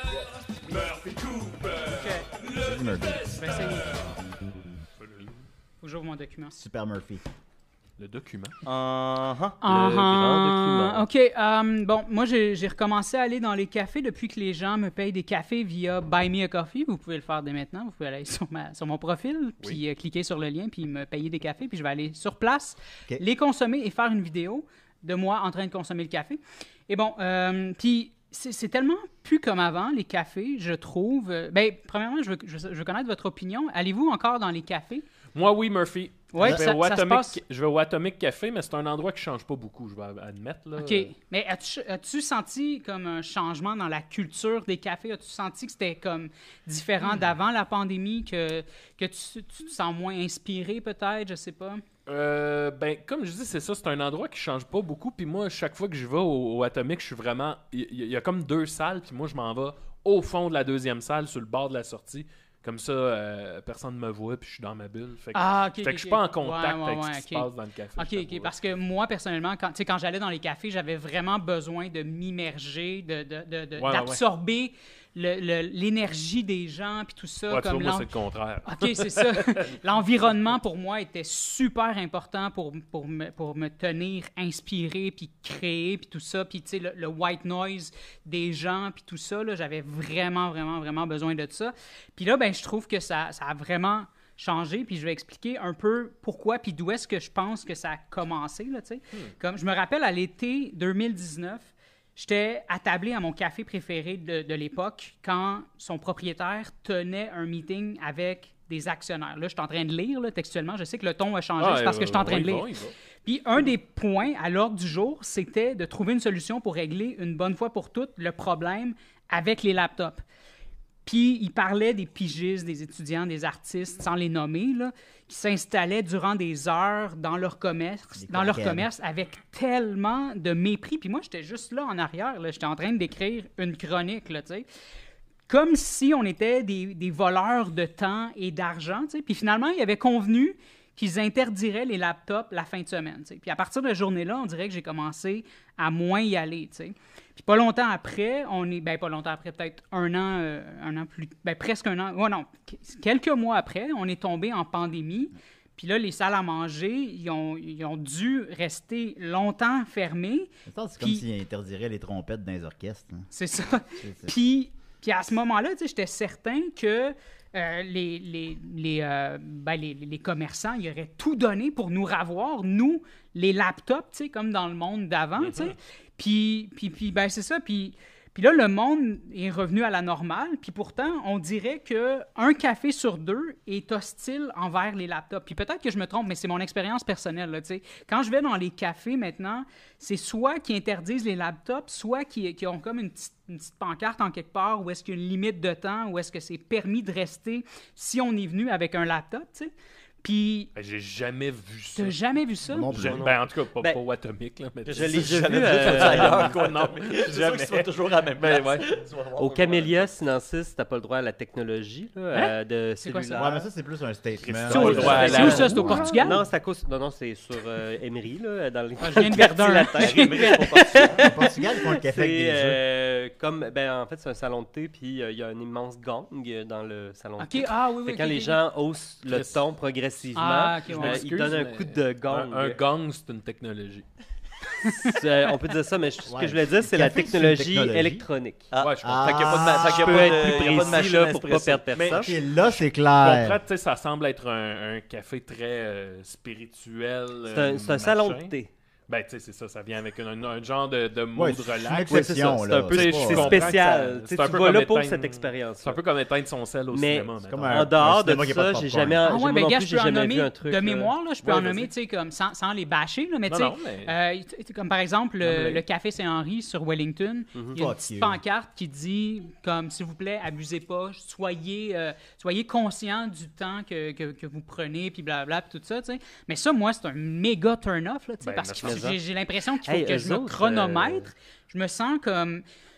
C'est du Murphy. Je vais essayer. Faut que j'ouvre mon document. Super Murphy. Le document. Uh-huh. Ah, grand document. OK. euh, bon, moi, j'ai j'ai recommencé à aller dans les cafés depuis que les gens me payent des cafés via Buy Me a Coffee. Vous pouvez le faire dès maintenant. Vous pouvez aller sur, ma, sur mon profil, puis euh, cliquer sur le lien, puis me payer des cafés. Puis je vais aller sur place, OK. les consommer et faire une vidéo de moi en train de consommer le café. Et bon, euh, puis c'est c'est tellement plus comme avant, les cafés, je trouve. Euh, ben, premièrement, je veux, je, veux- je veux connaître votre opinion. Allez-vous encore dans les cafés? Moi, oui, Murphy. Ouais, je, vais ça- au ça se Atomic, passe- je vais au Atomic Café, mais c'est un endroit qui change pas beaucoup, je vais admettre. Là. OK. Mais as-tu as-tu senti comme un changement dans la culture des cafés? As-tu senti que c'était comme différent d'avant la pandémie, que, que tu, tu te sens moins inspiré peut-être, je sais pas? Euh, ben, comme je dis, c'est ça, c'est un endroit qui change pas beaucoup. Puis moi, chaque fois que je vais au, au Atomic, je suis vraiment. Il y, il y a comme deux salles, puis moi, je m'en vais au fond de la deuxième salle, sur le bord de la sortie. Comme ça, euh, personne ne me voit, puis je suis dans ma bulle. Fait que, Ah, OK. fait OK, que je suis pas en OK. contact Ouais, ouais, avec ouais, ce qui se OK. passe dans le café. OK, je OK. t'avoue. Parce que moi, personnellement, quand, tu sais, quand j'allais dans les cafés, j'avais vraiment besoin de m'immerger, de, de, de- de- Ouais, ouais, d'absorber le- le- l'énergie des gens, puis tout ça. Ouais, tu comme vois, moi, l'en- c'est le contraire. OK, c'est ça. L'environnement, pour moi, était super important pour, pour, me, pour me tenir inspiré, puis créer, puis tout ça. Puis, tu sais, le, le white noise des gens, puis tout ça, là, j'avais vraiment, vraiment, vraiment besoin de ça. Puis là, ben, je trouve que ça, ça a vraiment changé, puis je vais expliquer un peu pourquoi, puis d'où est-ce que je pense que ça a commencé, là, tu sais. Comme je me rappelle, à l'été deux mille dix-neuf, j'étais attablé à mon café préféré de, de l'époque quand son propriétaire tenait un meeting avec des actionnaires. Là, je suis en train de lire, là, textuellement. Je sais que le ton a changé, Ah, c'est parce que je suis en train oui, de lire. bon, il va. Puis un des points à l'ordre du jour, c'était de trouver une solution pour régler une bonne fois pour toutes le problème avec les laptops. Puis il parlait des pigistes, des étudiants, des artistes, sans les nommer, là, qui s'installaient durant des heures dans leur commerce, Des dans leur craquettes. commerce avec tellement de mépris. Puis moi, j'étais juste là en arrière, là, j'étais en train d'écrire une chronique, là, tu sais. Comme si on était des, des voleurs de temps et d'argent, tu sais. Puis finalement, ils avaient convenu qu'ils interdiraient les laptops la fin de semaine, tu sais. Puis à partir de cette journée-là, on dirait que j'ai commencé à moins y aller, tu sais. Puis pas longtemps après, on est... Ben, pas longtemps après, peut-être un an, euh, un an plus... Ben, presque un an... Ouais, non, quelques mois après, on est tombé en pandémie. Puis là, les salles à manger, ils ont, ils ont dû rester longtemps fermées. C'est comme Puis- s'ils interdiraient les trompettes dans les orchestres. hein. C'est ça. C'est- c'est- Puis, puis à ce moment-là, tu sais, j'étais certain que euh, les, les, les, euh, ben, les, les commerçants, ils auraient tout donné pour nous ravoir, nous, les laptops, tu sais, comme dans le monde d'avant, tu sais. Puis, puis, puis ben, c'est ça. Puis, puis là, le monde est revenu à la normale. Puis pourtant, on dirait qu'un café sur deux est hostile envers les laptops. Puis peut-être que je me trompe, mais c'est mon expérience personnelle, là, tu sais. Quand je vais dans les cafés maintenant, c'est soit qu'ils interdisent les laptops, soit qu'ils qu'ils ont comme une petite, une petite pancarte en quelque part où est-ce qu'il y a une limite de temps, où est-ce que c'est permis de rester si on est venu avec un laptop, tu sais. Puis, Ben, j'ai jamais vu ça. t'as jamais vu ça? Non plus. J'ai- Ben, en tout cas, pas, Ben, pas au Atomic, là. Mais je l'ai J'ai déjà jamais vu vu euh, ça ailleurs, quoi. non, C'est sûr jamais. qu'ils sont toujours à la même place. Ben, ouais. Tu vas voir Au un Camellia Sinensis, t'as pas le droit à la technologie là, euh, de C'est quoi ça? cellulaire. Ouais, mais ça, c'est plus un statement. C'est au droit à C'est la- où ça? C'est au Portugal? Non, c'est à cause. Non, non, c'est sur euh, Emery, là, dans les. Ah, je viens de Verdun. Au Portugal, ils font le café avec des C'est jeux. euh, comme. Ben, en fait, c'est un salon de thé, puis euh, il y a un immense gang euh, dans le salon de OK, thé. ah oui, oui. Fait que quand ok, les ok. gens haussent le Chris. ton progressivement, Ah, ok, ouais. euh, m'excuse, ils donnent un mais coup de gang. Un, un gong, c'est une technologie. C'est- on peut dire ça, mais je- ce Ouais. que je voulais dire, c'est Le la café, c'est une technologie, technologie. électronique. Ah, Ouais, je comprends. Ah, Fait qu'il n'y a pas de, ma- fait qu'il y a Je peux pas être de- plus il y a pas de précis machine là, pour pas espresso. perdre Mais- personne. Ok, là, c'est Je clair. comprends, tu sais, ça semble être un, un café très euh, spirituel. C'est un, c'est un salon de thé. Ben, tu sais, c'est ça, ça vient avec un, un genre de, de Ouais, mode c'est une relax. exception, C'est là. un peu Tu sais, pas- je c'est comprends que spécial. ça- Tu sais, c'est un tu peu vas comme là pour éteindre- cette expérience. C'est un peu comme éteindre son sel au Mais cinéma. c'est mettons. comme un- En dehors un de cinéma qui a pas ça, de j'ai popcorn. jamais, Ah j'ai- ouais, moi ben non gars, plus, je j'ai peux en jamais nommer vu un truc. de là. mémoire, là, je peux Ouais, en nommer, vas-y. tu sais, comme sans, sans les bâcher, là, mais tu Non, sais, non, mais- euh, t- t- comme par exemple le, Nomme-les. le Café Saint-Henri sur Wellington, il y a une Fuck petite you. pancarte qui dit, comme, s'il vous plaît, abusez pas, soyez, euh, soyez conscient du temps que, que, que vous prenez, puis blablabla, puis tout ça, tu sais. Mais ça, moi, c'est un méga turn-off, là, tu sais, Ben, parce me que semble. j'ai j'ai l'impression qu'il faut Hey, que eux je me autres, chronomètre. Je me sens comme...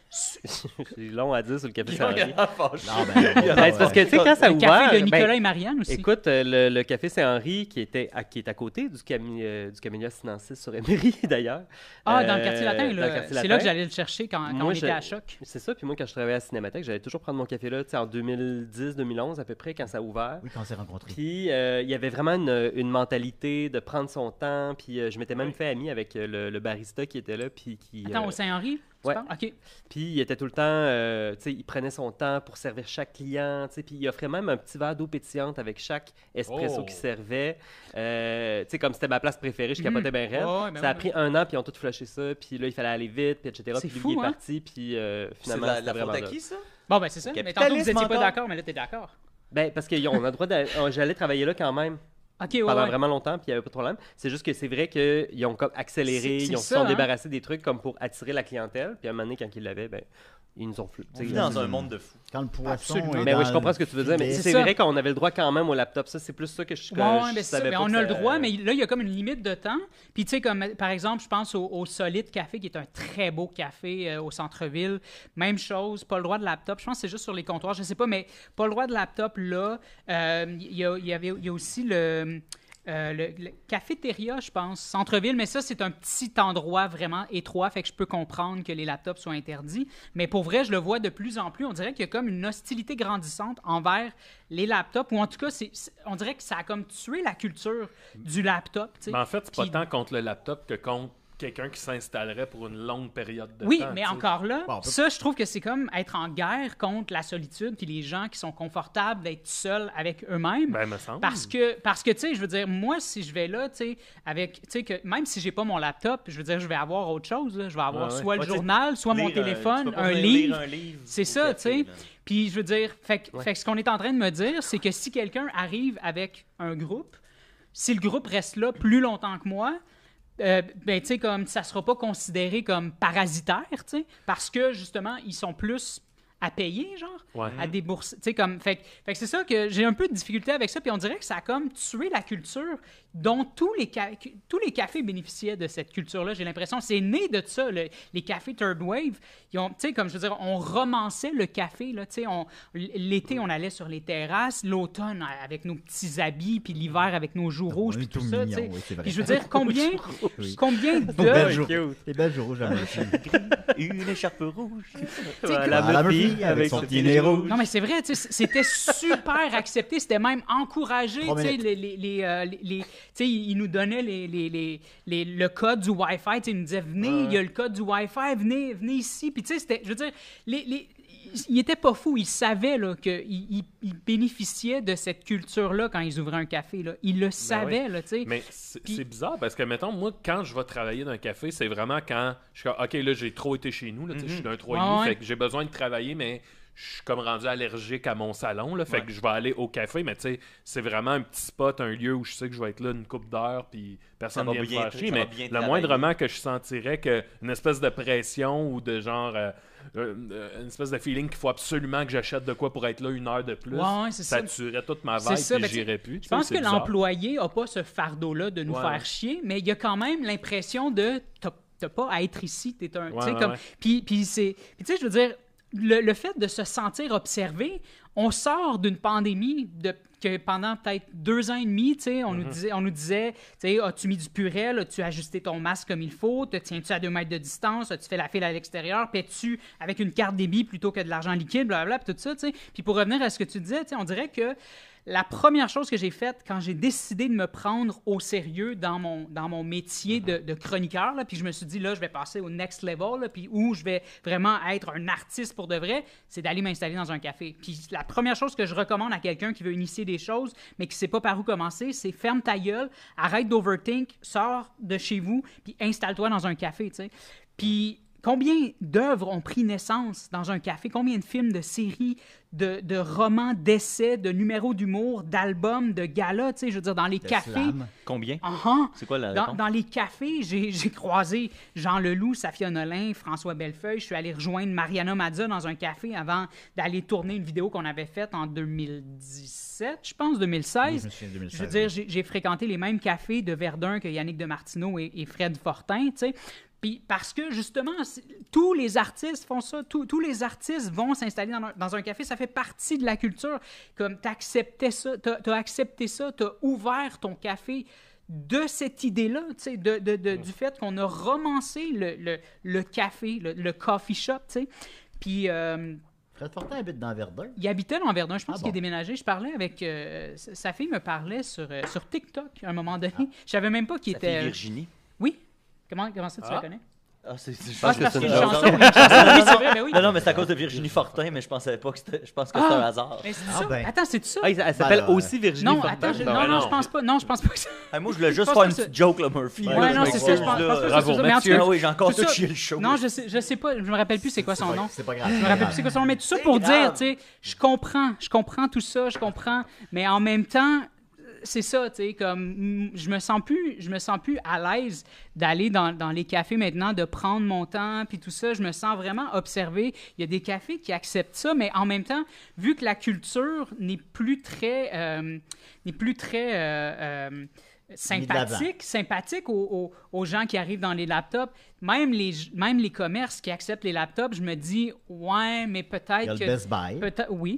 C'est long à dire sur le café Ils Saint-Henri. Non, ben, Ben, c'est parce que, tu sais, quand ça a le ouvert... café de Nicolas ben, et Marianne aussi. Écoute, euh, le, le café Saint-Henri, qui, était à, qui est à côté du, Cami, euh, du Camellia Sinensis sur Emery, d'ailleurs. ah, dans le Euh, quartier latin, dans le là, quartier c'est là latin. que j'allais le chercher quand, quand Moi, on était je- à Choc. C'est ça, puis moi, quand je travaillais à la Cinémathèque, j'allais toujours prendre mon café là, tu sais, en deux mille dix, deux mille onze à peu près, quand ça a ouvert. Oui, quand on s'est rencontrés. Puis euh, il y avait vraiment une, une mentalité de prendre son temps. Puis euh, je m'étais même fait ami avec euh, le, le barista qui était là. Puis qui, Attends, euh, au Saint-Henri, tu ouais. parles? OK. puis il était tout le temps, euh, tu sais, il prenait son temps pour servir chaque client. Tu sais, puis il offrait même un petit verre d'eau pétillante avec chaque espresso Oh. qu'il servait. Euh, tu sais, comme c'était ma place préférée, je Mhm. capotais bien raide. Ouais, ouais, ben ça a ouais, pris un an, puis ils ont tout flushé ça. Puis là, il fallait aller vite, puis et cetera. C'est Puis fou, lui, il est hein? parti, puis euh, C'est finalement, la, c'était la vraiment faute à drôle. qui, ça? Bon, ben c'est ça. Mais tantôt, vous Capitalisme n'étiez pas encore. d'accord, mais là, t'es d'accord. Ben, parce qu'on a le droit d'aller... oh, J'allais travailler là quand même. OK, ouais, pendant ouais. vraiment longtemps, puis il n'y avait pas de problème. C'est juste que c'est vrai qu'ils ont comme accéléré, C'est- c'est ils ont, se ça, sont hein. débarrassés des trucs comme pour attirer la clientèle, puis à un moment donné, quand ils l'avaient, ben, ils nous ont flou. On tu sais. vit Dans un monde de fous. Quand le poisson Absolument. est Mais dans oui, je comprends le ce que tu veux dire, mais filet. C'est c'est ça. vrai qu'on avait le droit quand même au laptop. Ça, c'est plus ça que je, que Ouais, ouais, je ben, c'est ça. savais Ben, pas on que a le ça- droit, mais là, il y a comme une limite de temps. Puis, tu sais, comme par exemple, je pense au, au Solide Café, qui est un très beau café euh, au centre-ville. Même chose, pas le droit de laptop. Je pense que c'est juste sur les comptoirs, je sais pas, mais pas le droit de laptop là. Euh, Il y, a, il y avait, il y a aussi le. Euh, le, le cafétéria, je pense, centre-ville, mais ça, c'est un petit endroit vraiment étroit, fait que je peux comprendre que les laptops soient interdits. Mais pour vrai, je le vois de plus en plus. On dirait qu'il y a comme une hostilité grandissante envers les laptops, ou en tout cas, c'est, c'est, on dirait que ça a comme tué la culture du laptop. Mais en fait, c'est Puis, pas tant contre le laptop que contre quelqu'un qui s'installerait pour une longue période de oui, temps. mais t'sais. encore là, Bon, on peut- ça, je trouve que c'est comme être en guerre contre la solitude, puis les gens qui sont confortables d'être seuls avec eux-mêmes. Ben, me semble. Parce que, parce que tu sais, je veux dire, moi, si je vais là, tu sais, avec, tu sais, que même si j'ai pas mon laptop, je veux dire, je vais avoir autre chose, là. Je vais avoir Ouais, ouais. soit le Ouais, tu sais, journal, soit mon Lire, euh, téléphone, tu peux pas un venir livre. lire un livre C'est au ça, tu café, sais. là. Puis je veux dire, fait, que- Ouais. fait que ce qu'on est en train de me dire, c'est que si quelqu'un arrive avec un groupe, si le groupe reste là plus longtemps que moi, euh, ben, tu sais, comme ça sera pas considéré comme parasitaire, tu sais, parce que justement, ils sont plus à payer, genre, Ouais. à débourser, tu sais, comme, fait, que- fait que c'est ça que j'ai un peu de difficulté avec ça, puis on dirait que ça a comme tué la culture dont tous les, ca- tous les cafés bénéficiaient de cette culture-là, j'ai l'impression, c'est né de ça, le- les cafés Third Wave, ils ont, tu sais, comme je veux dire, on romançait le café, là, tu sais, on, l'été, on allait sur les terrasses, l'automne, avec nos petits habits, puis l'hiver, avec nos joues rouges, On est puis tout tout ça, mignon, tu sais, oui, c'est vrai. puis je veux dire, combien, Oui. combien de... Belle jour- cute. Les belles jours, j'aime aussi. Une écharpe rouge. Voilà, Ah, la Murphy, Murphy avec son ce petit nez rouge. Non, mais c'est vrai, tu sais, c'était super accepté, c'était même encouragé. Trois Tu sais, minutes. les, les, les, euh, les- les- tu sais, ils nous donnaient les, les, les, les- le code du Wi-Fi. Tu sais, ils nous disaient, venez, il y a le code du Wi-Fi, venez, venez ici. Puis, tu sais, c'était, je veux dire, les, les, ils n'étaient pas fous. Ils savaient là, qu'ils ils, ils bénéficiaient de cette culture-là quand ils ouvraient un café. Là. Ils le savaient, là, tu sais. Mais c'est Puis- c'est bizarre parce que, mettons, moi, quand je vais travailler dans un café, c'est vraiment quand je suis comme, OK, là, j'ai trop été chez nous, là, tu sais, je suis d'un trois Ouais, virgule cinq, ouais. fait que j'ai besoin de travailler, mais je suis comme rendu allergique à mon salon, là, fait que je vais aller au café, mais tu sais, c'est vraiment un petit spot, un lieu où je sais que je vais être là une couple d'heures, puis personne Ça ne va vient me bien- faire ça chier, va mais bien le travailler. moindrement que je sentirais qu'une espèce de pression ou de genre... euh, euh, euh, une espèce de feeling qu'il faut absolument que j'achète de quoi pour être là une heure de plus, Ouais, ouais, c'est ça ça. tuerait toute ma C'est vibe, ça, puis ben, tu sais, j'irais plus. Je pense que l'emploi l'employé n'a pas ce fardeau-là de nous Ouais, faire ouais. chier, mais il y a quand même l'impression de t'as t'as pas à être ici, t'es un. tu sais, Ouais, ouais, comme, ouais. Puis, puis c'est. Puis tu sais, je veux dire, le, le fait de se sentir observé, on sort d'une pandémie de, que pendant peut-être deux ans et demi, tu sais, on, Mm-hmm. nous disait, on nous disait, tu sais, as-tu mis du Purell, as-tu ajusté ton masque comme il faut, te tiens-tu à deux mètres de distance, as-tu fait la file à l'extérieur, paies-tu avec une carte débit plutôt que de l'argent liquide, blablabla, puis tout ça, tu sais. Puis pour revenir à ce que tu disais, tu sais, on dirait que la première chose que j'ai faite quand j'ai décidé de me prendre au sérieux dans mon, dans mon métier de, de chroniqueur, là, puis je me suis dit, là, je vais passer au next level, là, puis où je vais vraiment être un artiste pour de vrai, c'est d'aller m'installer dans un café. Puis la première chose que je recommande à quelqu'un qui veut initier des choses, mais qui ne sait pas par où commencer, c'est ferme ta gueule, arrête d'overthink, sors de chez vous, puis installe-toi dans un café, tu sais. Puis combien d'œuvres ont pris naissance dans un café? Combien de films, de séries, de, de romans, d'essais, de numéros d'humour, d'albums, de galas, tu sais, je veux dire, dans les De cafés. slam. Combien? Uh-huh. C'est quoi la Dans, réponse? dans les cafés, j'ai j'ai croisé Jean Leloup, Safia Nolin, François Bellefeuille. Je suis allé rejoindre Mariana Mazza dans un café avant d'aller tourner une vidéo qu'on avait faite en deux mille dix-sept, je pense, deux mille seize. Oui, je me souviens de deux mille seize, Je veux dire, oui. j'ai j'ai fréquenté les mêmes cafés de Verdun que Yannick de Martineau et, et Fred Fortin, tu sais. Puis parce que justement, c'est- tous les artistes font ça, tous tous les artistes vont s'installer dans, un- dans un café, ça fait partie de la culture. Comme tu acceptais ça, tu as accepté ça, tu as ouvert ton café de cette idée-là, tu sais, de, de- de- du fait qu'on a romancé le, le- le café, le, le coffee shop, tu sais. Puis euh, Fred Fortin habite dans Verdun. il habitait dans Verdun, je pense Ah qu'il est bon. déménagé. Je parlais avec... euh, sa sa fille me parlait sur, euh, sur TikTok à un moment donné. Je savais même pas qu'il Ça fait était... Virginie. Oui. Comment, comment ça, tu Ah. la connais? Ah, c'est c'est- Ah, que c'est parce c'est qu'il y une a une joke. chanson. il y a une chanson. Oui, c'est vrai, ben oui. Non, non, mais c'est à cause de Virginie Fortin, mais je pensais pas que c'était. Je pense que c'est Ah! un hasard. Mais c'est Ah, ça? ben. Attends, c'est ça? Ah, elle elle s'appelle Ben, euh, aussi Virginie Non, Fortin. attends, je- Non, non, non, non. je pense pas. Non, je pense pas que ça. Ah, moi, je voulais juste pense faire pas une que petite joke, là, Murphy. Ouais, là, non, je c'est ça, je pense, m'excuse, je pense pas que Bravo, c'est ça. Mais en tout cas, Ah oui, j'ai encore tout tout ça- chié le show. Non, je sais, je sais pas, je me rappelle plus c'est quoi son nom. C'est pas grave. Je me rappelle plus c'est quoi son nom, mais tout ça pour dire, tu sais, je comprends, je comprends tout ça, je comprends, mais en même temps, c'est ça, tu sais, comme mm, je me sens plus, je me sens plus à l'aise d'aller dans, dans les cafés maintenant, de prendre mon temps, puis tout ça, je me sens vraiment observé. Il y a des cafés qui acceptent ça, mais en même temps, vu que la culture n'est plus très, euh, n'est plus très euh, euh, sympathique, sympathique aux, aux- aux gens qui arrivent dans les laptops. même les, même les commerces qui acceptent les laptops, je me dis, ouais, mais Il y peut-être a le que... Best Buy. Peut-être, oui.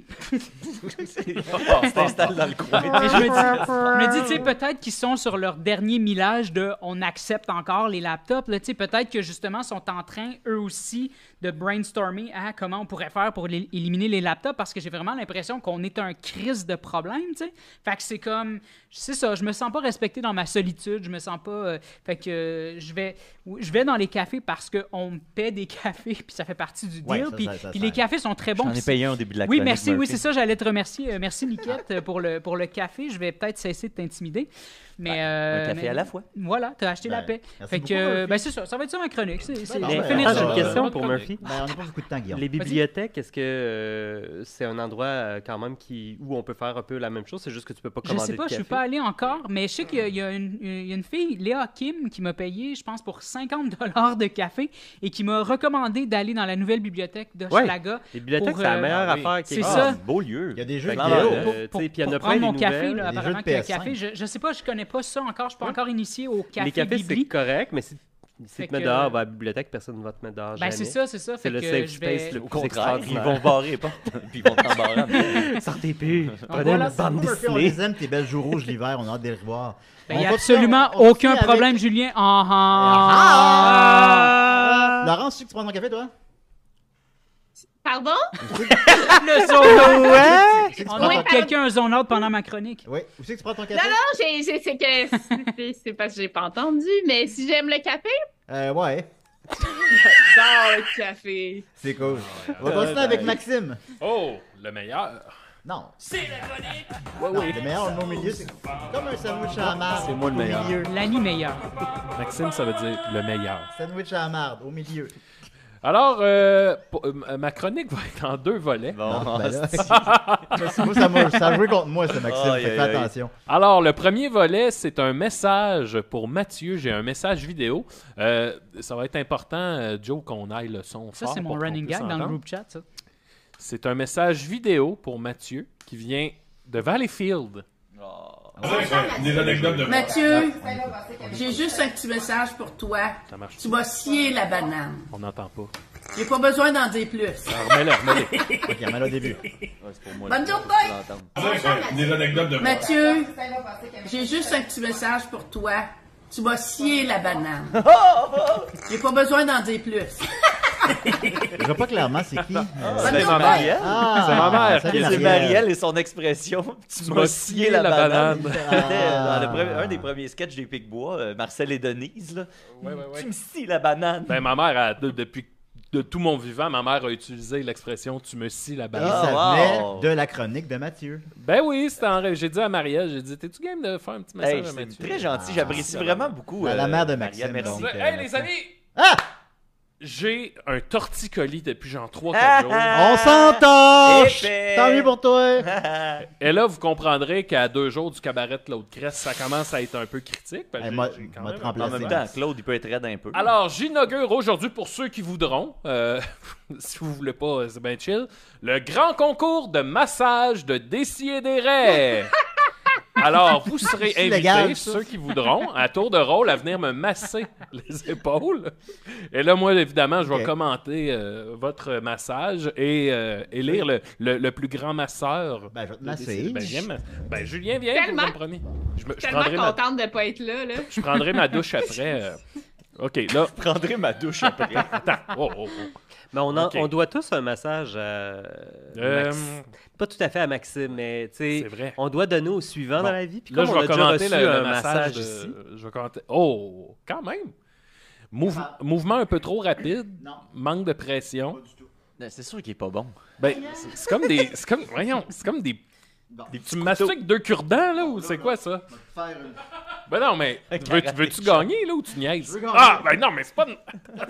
On s'installe dans le coin. Mais je me dis, je me dis, tu sais, peut-être qu'ils sont sur leur dernier millage de on accepte encore les laptops. Là, tu sais, peut-être que justement sont en train, eux aussi, de brainstormer à comment on pourrait faire pour les- éliminer les laptops parce que j'ai vraiment l'impression qu'on est un crise de problème, tu sais. Fait que c'est comme, c'est ça, je me sens pas respecté dans ma solitude, je me sens pas. euh, fait que euh, je vais, je vais dans les cafés parce qu'on me paie des cafés puis ça fait partie du deal. Ouais, ça, puis ça, ça, puis ça les aide. cafés sont très bons. J'en ai puis payé un au début de la oui, chronique, merci. Oui, Murphy. c'est ça, j'allais te remercier. Euh, merci, Niquette, euh, pour le, pour le café. Je vais peut-être cesser de t'intimider. Mais, euh, un café mais- à la fois. Voilà, t'as acheté la Ben, paix. merci Fait beaucoup, que, euh, Murphy. ben c'est ça, ça va être ça ma chronique. C'est, c'est, non, je vais ben, finir Ah, ça. j'ai une Euh, question notre pour chronique. Murphy. Ben, on n'a pas beaucoup de temps, Guillaume. Les bibliothèques, est-ce que euh, c'est un endroit euh, quand même qui, où on peut faire un peu la même chose? C'est juste que tu peux pas Je commander sais pas, de je suis café. pas allé encore, mais je sais qu'il y a, il y a une, il y a une fille, Léa Kim, qui m'a payé, je pense, pour cinquante dollars de café et qui m'a recommandé d'aller dans la nouvelle bibliothèque de Ouais. Schlaga. Les bibliothèques, Pour, c'est la euh, meilleure ah oui. affaire qui C'est existe. ça. Ah, beau lieu. Il y a des jeux Fait vidéo. que, Pour, euh, pour- tu sais, pour- puis il y en a pour plein prendre des mon café, nouvelles. là, Des jeux apparemment de qu'il y a un P S cinq. café. Je, je sais pas, je connais pas ça encore, je suis pas encore initié au café Les cafés, c'est Bibli. correct, mais si, si Fait tu te mets que- dehors, va à la bibliothèque, personne ne va te mettre dehors. Ben jamais. c'est ça, c'est ça. C'est Fait le que safe je vais... space le Au plus contraire, ils extraordinaire. vont barrer les portes, puis ils vont t'embarrer en dedans. Sortez plus. Prenez voilà, une bande Murphy, on dessinée. les aime, tes belles joues rouges l'hiver, on a hâte de les revoir. Ben, On il n'y a continue, absolument on- on aucun continue problème, avec- Julien. Ah, ah. Ah! Laurence, tu sais que tu prends ton café, toi? Pardon? Le zone out. Tu sais que tu On prends a ton- quelqu'un un zone out pendant ma chronique. Oui, où c'est que tu prends ton Non, café? non, j'ai, j'ai- c'est que c'est, c'est parce que j'ai pas entendu, mais si j'aime le café, Euh, ouais, j'adore le café. c'est cool. On va continuer avec Maxime. Oh, le meilleur. Non. C'est la chronique. Non, le meilleur, le au milieu, c'est comme un sandwich à la marde. C'est moi le au meilleur. milieu. L'année meilleure. Maxime, ça veut dire le meilleur. Sandwich à la marde, au milieu. Alors, euh, pour- euh, ma chronique va être en deux volets. Bon, Non, ben là, moi, ça m'a ça a joué contre moi, ce Maxime. Aïe, Fait que fais aïe, aïe. attention. Alors, le premier volet, c'est un message pour Mathieu. J'ai un message vidéo. Euh, ça va être important, euh, Joe, qu'on aille le son Ça, fort c'est mon pour qu'on running puisse gag dans le entendre. group chat, ça. C'est un message vidéo pour Mathieu qui vient de Valleyfield. Des anecdotes de Mathieu, j'ai juste un petit message pour toi. Ça marche. Tu vas scier la banane. On n'entend pas. J'ai pas besoin d'en dire plus. Alors, remets-le, remets-le. Ok, mais là, au début. Ouais, c'est pour moi. Bonne là, journée. je peux l'entendre. Des anecdotes de Mathieu, j'ai juste un petit message pour toi. Tu vas scier la banane. J'ai pas besoin d'en dire plus. Je vois pas clairement c'est qui. Euh, Bonne C'est ma journée. mère. Ah, C'est ma mère. salut, C'est Marielle et son expression. Tu m'as scié la, banane. banane. C'était dans le Ah. premier- un des premiers sketchs des Picbois, euh, Marcel et Denise. Là. Ouais, ouais, ouais. Tu me scies la banane. Ben, ma mère, a- de- depuis de tout mon vivant, ma mère a utilisé l'expression « tu me scies la Et banane Ah, ça venait wow. de la chronique de Mathieu. Ben oui, c'était en rêve. J'ai dit à Marielle, j'ai dit « T'es-tu game de faire un petit message Hey, à c'est Mathieu? » très gentil, j'apprécie Ah, vraiment beaucoup. À la euh, mère de Marielle, Maxime, merci. donc. Hey, euh, les amis! Ah! J'ai un torticolis depuis genre trois quatre jours. On s'entend! Épais. Tant mieux pour toi! Et là, vous comprendrez qu'à deux jours du cabaret de Claude Crest, ça commence à être un peu critique. parce que Hey, j'ai- moi- j'ai quand moi, même te un- remplir En Placé. même temps, Claude, il peut être raide un peu. Alors, j'inaugure aujourd'hui, pour ceux qui voudront, euh, si vous voulez pas, c'est bien chill, le grand concours de massage de Décideret. Alors, vous serez C'est invités, légal, ça. ceux qui voudront, à tour de rôle, à venir me masser les épaules. Et là, moi, évidemment, je vais Ok. commenter euh, votre massage et, euh, et lire le, le- le plus grand masseur. Ben, je vais te de masser. Décideret. Ben, viens me- ben, Julien, viens, Tellement- vous comprenez. Je, me- je Tellement prendrai ma, contente de pas être là, là. je prendrai ma douche après. euh. OK, là. Je prendrai ma douche après. Attends. Oh, oh, oh. Mais on, en- Ok. on doit tous un massage à. Euh, Max- Pas tout à fait à Maxime, mais tu sais, C'est vrai. on doit donner au suivant Bon. dans la vie. Puis Là, comme je on vais a déjà commenter reçu le, le un massage. massage de- ici. Je vais commenter. Oh, quand même. Mouve- Mouvement un peu trop rapide. Non. Manque de pression. Ben, c'est sûr qu'il est pas bon. Ben, c'est c'est comme des. C'est comme. Voyons, c'est comme des. Bon. des tu me mastuques avec deux cure-dents, là, ou c'est quoi ça? Faire une- Ben non, mais. Veux, veux-tu gagner, là, ou tu niaises? Je veux gagner. Ah, ben non, mais c'est pas. une-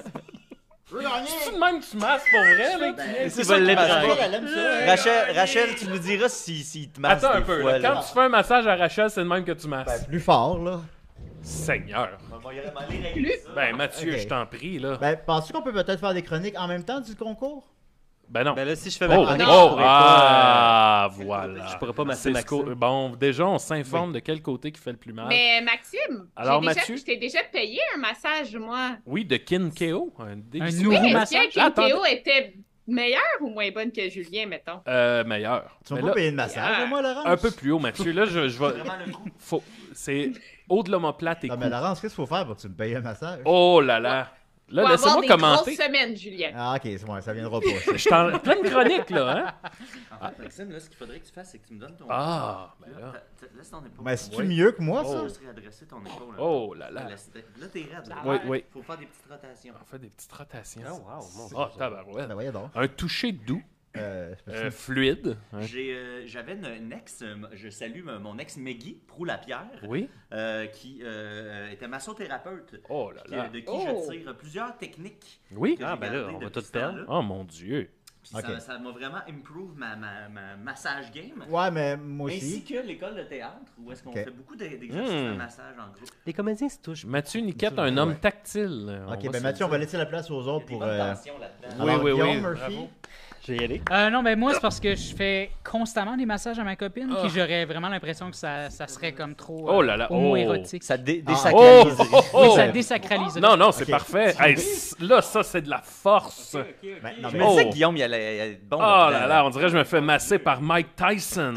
Je veux gagner! C'est de même que tu masses pour vrai, là? que tu niaises? C'est ça ça qui qui marche marche pas, elle aime ça. Rachel, Rachel, tu nous diras si, si te masse Attends un des peu, fois, là. là. Quand tu fais un massage à Rachel, c'est de même que tu masses. Ben, plus fort, là. Seigneur. On va y aller régler ça. Ben, Mathieu, Ok. je t'en prie, là. Ben, penses-tu qu'on peut peut-être faire des chroniques en même temps du concours? Ben non. Ben là, si je fais ma Oh, chronique, oh, je pourrais pas, ah, voilà. je pourrais pas masser C'est ce Maxime. qu'au- Bon, déjà, on s'informe de quel côté qui fait le plus mal. Mais Maxime, Alors, j'ai déjà, Mathieu? je t'ai déjà payé un massage, moi. Oui, de Kin K O. Un délicieux. nouveau Oui, mais massage? est-ce que Attendez. Théo était meilleure ou moins bonne que Julien, mettons? Euh, meilleur. Tu m'as Mais pas là, payé de massage, Ah. moi, Laurence? un peu plus haut, Mathieu. Là, je, je vais. Faut... C'est haut de l'omoplate et Non, cou. mais Laurence, qu'est-ce qu'il faut faire pour que tu me payes un massage? Oh là là. Là, Pour laissez-moi avoir des commenter. grosses semaines, Julien. Ah, ok, c'est bon, ça viendra pas. Je suis en pleine chronique, là, hein? En fait, Maxime, là, ce qu'il faudrait que tu fasses, c'est que tu me donnes ton. Ah, ben là. Ta- ta- Laisse ton épaule. Mais c'est-tu Oui. mieux que moi, ça? Je serais adressé ton épaule. là. Oh là là. Laisse- Là, t'es raide. là. Oui, oui. Faut faire des petites rotations. On fait des petites rotations. Oh, wow, mon Dieu. Oh, tabarouette. Ben voyons donc. Un toucher doux, Euh, je euh, me fluide. hein. J'ai, euh, J'avais une, une ex, euh, je salue mon- mon ex Meggy Proulapierre, Oui. euh, qui euh, était massothérapeute, Oh là qui- là. de qui Oh. je tire plusieurs techniques. Oui. que Ah, j'ai ben là, gardées on va depuis tout ce perdre. temps-là. Oh mon Dieu. Puis Ok. ça, ça m'a vraiment improve ma, ma, ma massage game. Ouais, mais moi Ainsi aussi. que l'école de théâtre, où est-ce qu'on Ok. fait beaucoup d'e- d'exercices Hmm. de massage en groupe. Les comédiens se touchent. Mathieu Niquette, un homme Ouais. tactile. On Ok, va ben se Mathieu, on le va dire. laisser la place aux autres Il y a pour. des bonnes euh, tensions là-dedans. Oui, alors, oui, oui, Guillaume Murphy. bravo. Je vais y aller. Euh, non, mais moi, c'est parce que je fais constamment des massages à ma copine, Ah. puis j'aurais vraiment l'impression que ça, ça serait comme trop euh, Oh là là, homo-érotique. Ça dé- Ah. désacralise. Oh, oh, oh, Oui, oh. ça désacralise. Non, non, c'est Ok. parfait. Hey, c- là, ça, c'est de la force. Ben, non, Je mais- me disais Oh. que Guillaume, il allait, il allait être bon. Oh là-dedans. là là, on dirait que je me fais masser par Mike Tyson.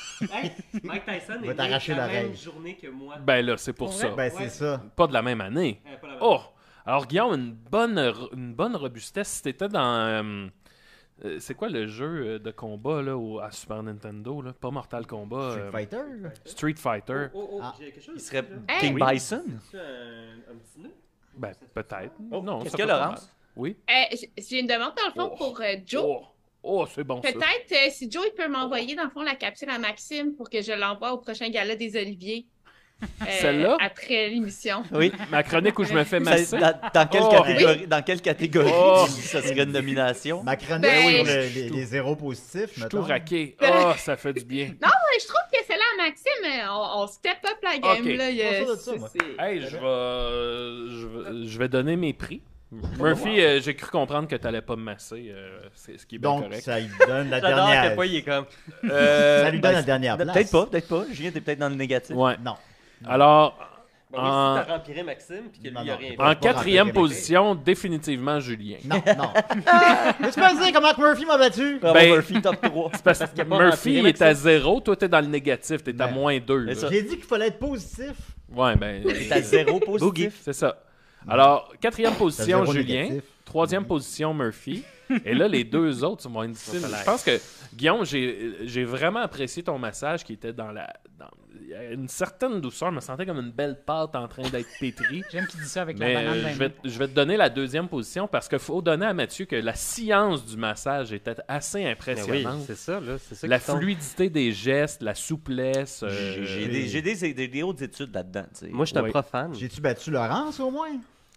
Mike Tyson va t'arracher la l'oreille. même journée que moi. Ben là, c'est pour Pour ça. vrai? Ben, c'est ça. Pas de la même année. Euh, pas la même. Oh! Alors, Guillaume, une bonne, re- une bonne robustesse. Si t'étais dans... euh, euh, c'est quoi le jeu euh, de combat là, au, à Super Nintendo? Là? Pas Mortal Kombat. Street euh, Fighter? Street Fighter. Oh, oh, Ah. j'ai quelque chose. Il serait Hey. King Oui. Bison. C'est un, un petit nœud. Ben, peut-être. Oh, non, qu'est-ce ça que peut pas Laurence? mal. Oui. Euh, j- j'ai une demande, dans le fond, Oh. pour euh, Joe. Oh, oh c'est bon ça. Peut-être euh, si Joe il peut m'envoyer, dans le fond, la capsule à Maxime pour que je l'envoie au prochain gala des Oliviers. euh, Celle-là? Après l'émission. Oui. Ma chronique où je me fais Ça- masser. dans, dans quelle Oh. catégorie, dans quelle catégorie Oh. ça serait une nomination? Ma chronique Ben, sur le- je- les, les zéros positifs, Je suis mettons. tout raqué. Oh, ça fait du bien. Non, mais je trouve que celle-là à Maxime, euh, on, on step up la game. Ok. Là, il y a- Pas sûr de ça, c'est- moi. c'est- Hey, je vais, euh, je vais, je vais donner mes prix. Murphy, euh, j'ai cru comprendre que t'allais pas me masser, euh, c'est ce qui est bien Donc, correct. ça lui donne la J'adore à dernière. quel point il est comme. Euh, Ça lui donne Ben, la dernière place. Peut-être pas, peut-être pas. Julien, t'es peut-être dans le négatif. ouais. Non. Alors, Bon, oui, En- si t'as rempliré Maxime, puis que lui, Non, il a non, rien j'ai fait. en pas quatrième rentré position, définitivement Julien. Non, non. Mais tu peux me dire comment que Murphy m'a battu? Bravo, Ben- Murphy, top trois. Parce que qu'il a pas Murphy rempli, est à zéro, toi t'es dans le négatif, t'es à Ben, moins deux. c'est là. ça. J'ai dit qu'il fallait être positif. Ouais, ben. T'es à zéro positif. C'est ça. Alors, quatrième T'as position, zéro Julien. négatif. Troisième position, Murphy. Et là, les deux autres vont être difficiles. Je pense que, Guillaume, j'ai j'ai vraiment apprécié ton massage qui était dans la. Dans, il y a une certaine douceur. Je me sentais comme une belle pâte en train d'être pétrie. J'aime qu'il dise ça avec Mais la banane euh, dans je, les vais, mains. je vais te donner la deuxième position parce qu'il faut donner à Mathieu que la science du massage était assez Ben oui, impressionnante. c'est ça, là. C'est ça La qui tombe. fluidité des gestes, la souplesse. euh, J'ai j'ai des, j'ai des, des, des hautes études là-dedans. tu sais. Moi, je suis un Oui. profane. J'ai-tu battu Laurence au moins?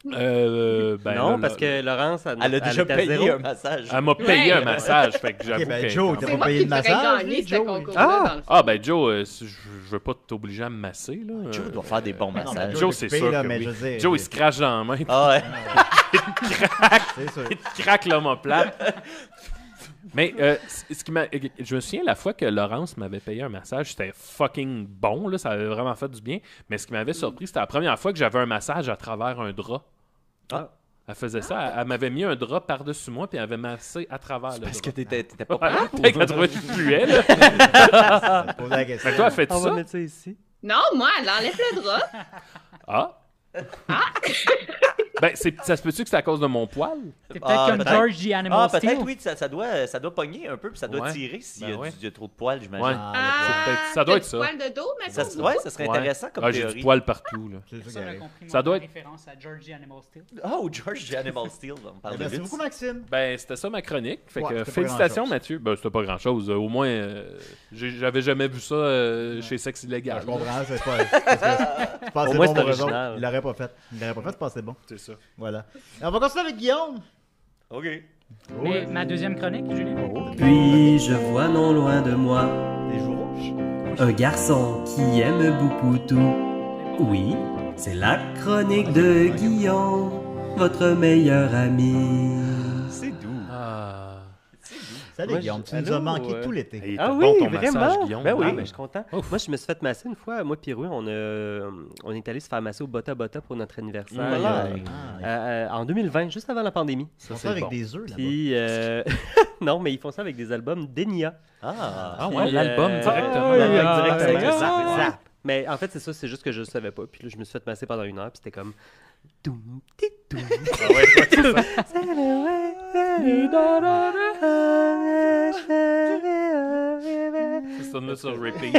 euh, ben, non, là, parce là, que Laurence, elle, Elle a déjà était à payé zéro. un massage. Elle m'a payé Ouais. un massage, fait que j'avoue Ok, ben que- Joe, t'as C'est pas moi payé qui de devrais massage? gagner lui, ce Joe? concours-là, Ah! dans le fond. Ah ben Joe, euh, si- je, je veux pas t'obliger à me masser là. Joe Euh, doit faire des bons Non, mais massages. Joe, c'est occupé, sûr là, que mais oui. je veux dire, Joe, il se crache dans la main, Ah ouais. C'est sûr. il te craque l'omoplate. Mais euh, c- ce qui m'a, je me souviens la fois que Laurence m'avait payé un massage, c'était fucking bon, là, ça avait vraiment fait du bien. Mais ce qui m'avait surpris, c'était la première fois que j'avais un massage à travers un drap. Ah. Elle faisait ça, elle, elle m'avait mis un drap par-dessus moi, puis elle avait massé à travers le Parce que drap. t'étais t'étais pas Ouais, prêt. peut-être qu'elle trouvait que je fluais, là. Je te pose la question. Fait que toi, fais-tu On va ça? mettre ça ici. Non, moi, elle enlève le drap. Ah! Ben, c'est, ça se peut-tu que c'est à cause de mon poil? T'es peut-être Ah, comme peut-être. George the Animal Ah, Steel. peut-être, oui, ça, ça, doit, ça doit pogner un peu, puis ça doit Ouais. tirer s'il y, Ben a ouais. du- il y a trop de poils, j'imagine. Ouais. Ah, Ah, peut-être- ça doit t'as être du ça. poil de dos, Ça, maintenant? ouais, ça serait Ouais. intéressant comme Ah, j'ai théorie. du poil partout, là. c'est Ça, ça on qui a arrive. compris. Ça Moi, doit la être- référence à George the Animal Steel. Oh, George the Animal Steel, on parle de Merci vite. beaucoup, Maxime. Ben, c'était ça ma chronique. Fait Ouais, que c'était pas félicitations, grand-chose. Mathieu. Ben, c'était pas grand-chose. Euh, au moins, euh, j'ai- j'avais jamais vu ça euh, chez Sexe Illégal. Je comprends, c'est pas. c'est- c'est- c'est pas assez Au moins, bon c'est pour eux autres. original. Il l'aurait pas fait. Il l'aurait pas fait, c'est pas assez bon. C'est ça. Voilà. Et on va continuer avec Guillaume. OK. Mais ma deuxième chronique, Julien? Puis je vois non loin de moi Des joues rouges. un garçon qui aime beaucoup tout. Oui, c'est la chronique de Guillaume, votre meilleur ami. C'est doux. Ah. Salut Moi, Guillaume, je- tu nous as allô, manqué euh, tout l'été. Hey, Ah t'as oui, bon ton vraiment? massage, Guillaume. Ben oui, Ah, ben, je suis content. Ouf. Moi, je me suis fait masser une fois. Moi, puis Rui, on, a, on est allé se faire masser au Bota Bota pour notre anniversaire. Ah, euh, ah, euh, en deux mille vingt, juste avant la pandémie. Ils font Ça, ça avec bon. des œufs là-bas. Puis, euh, non, mais ils font ça avec des albums d'Enya. Ah, Ah Puis, ouais, l'album euh, directement. ah, L'album ah, directement. ah, Zap, ah, zap. Mais en fait, c'est ça, c'est juste que je le savais pas. Puis là, je me suis fait masser pendant une heure, puis c'était comme. Toum, ti, toum. Ah ouais, ouais, c'est ça. C'est ça, là, sur repeat.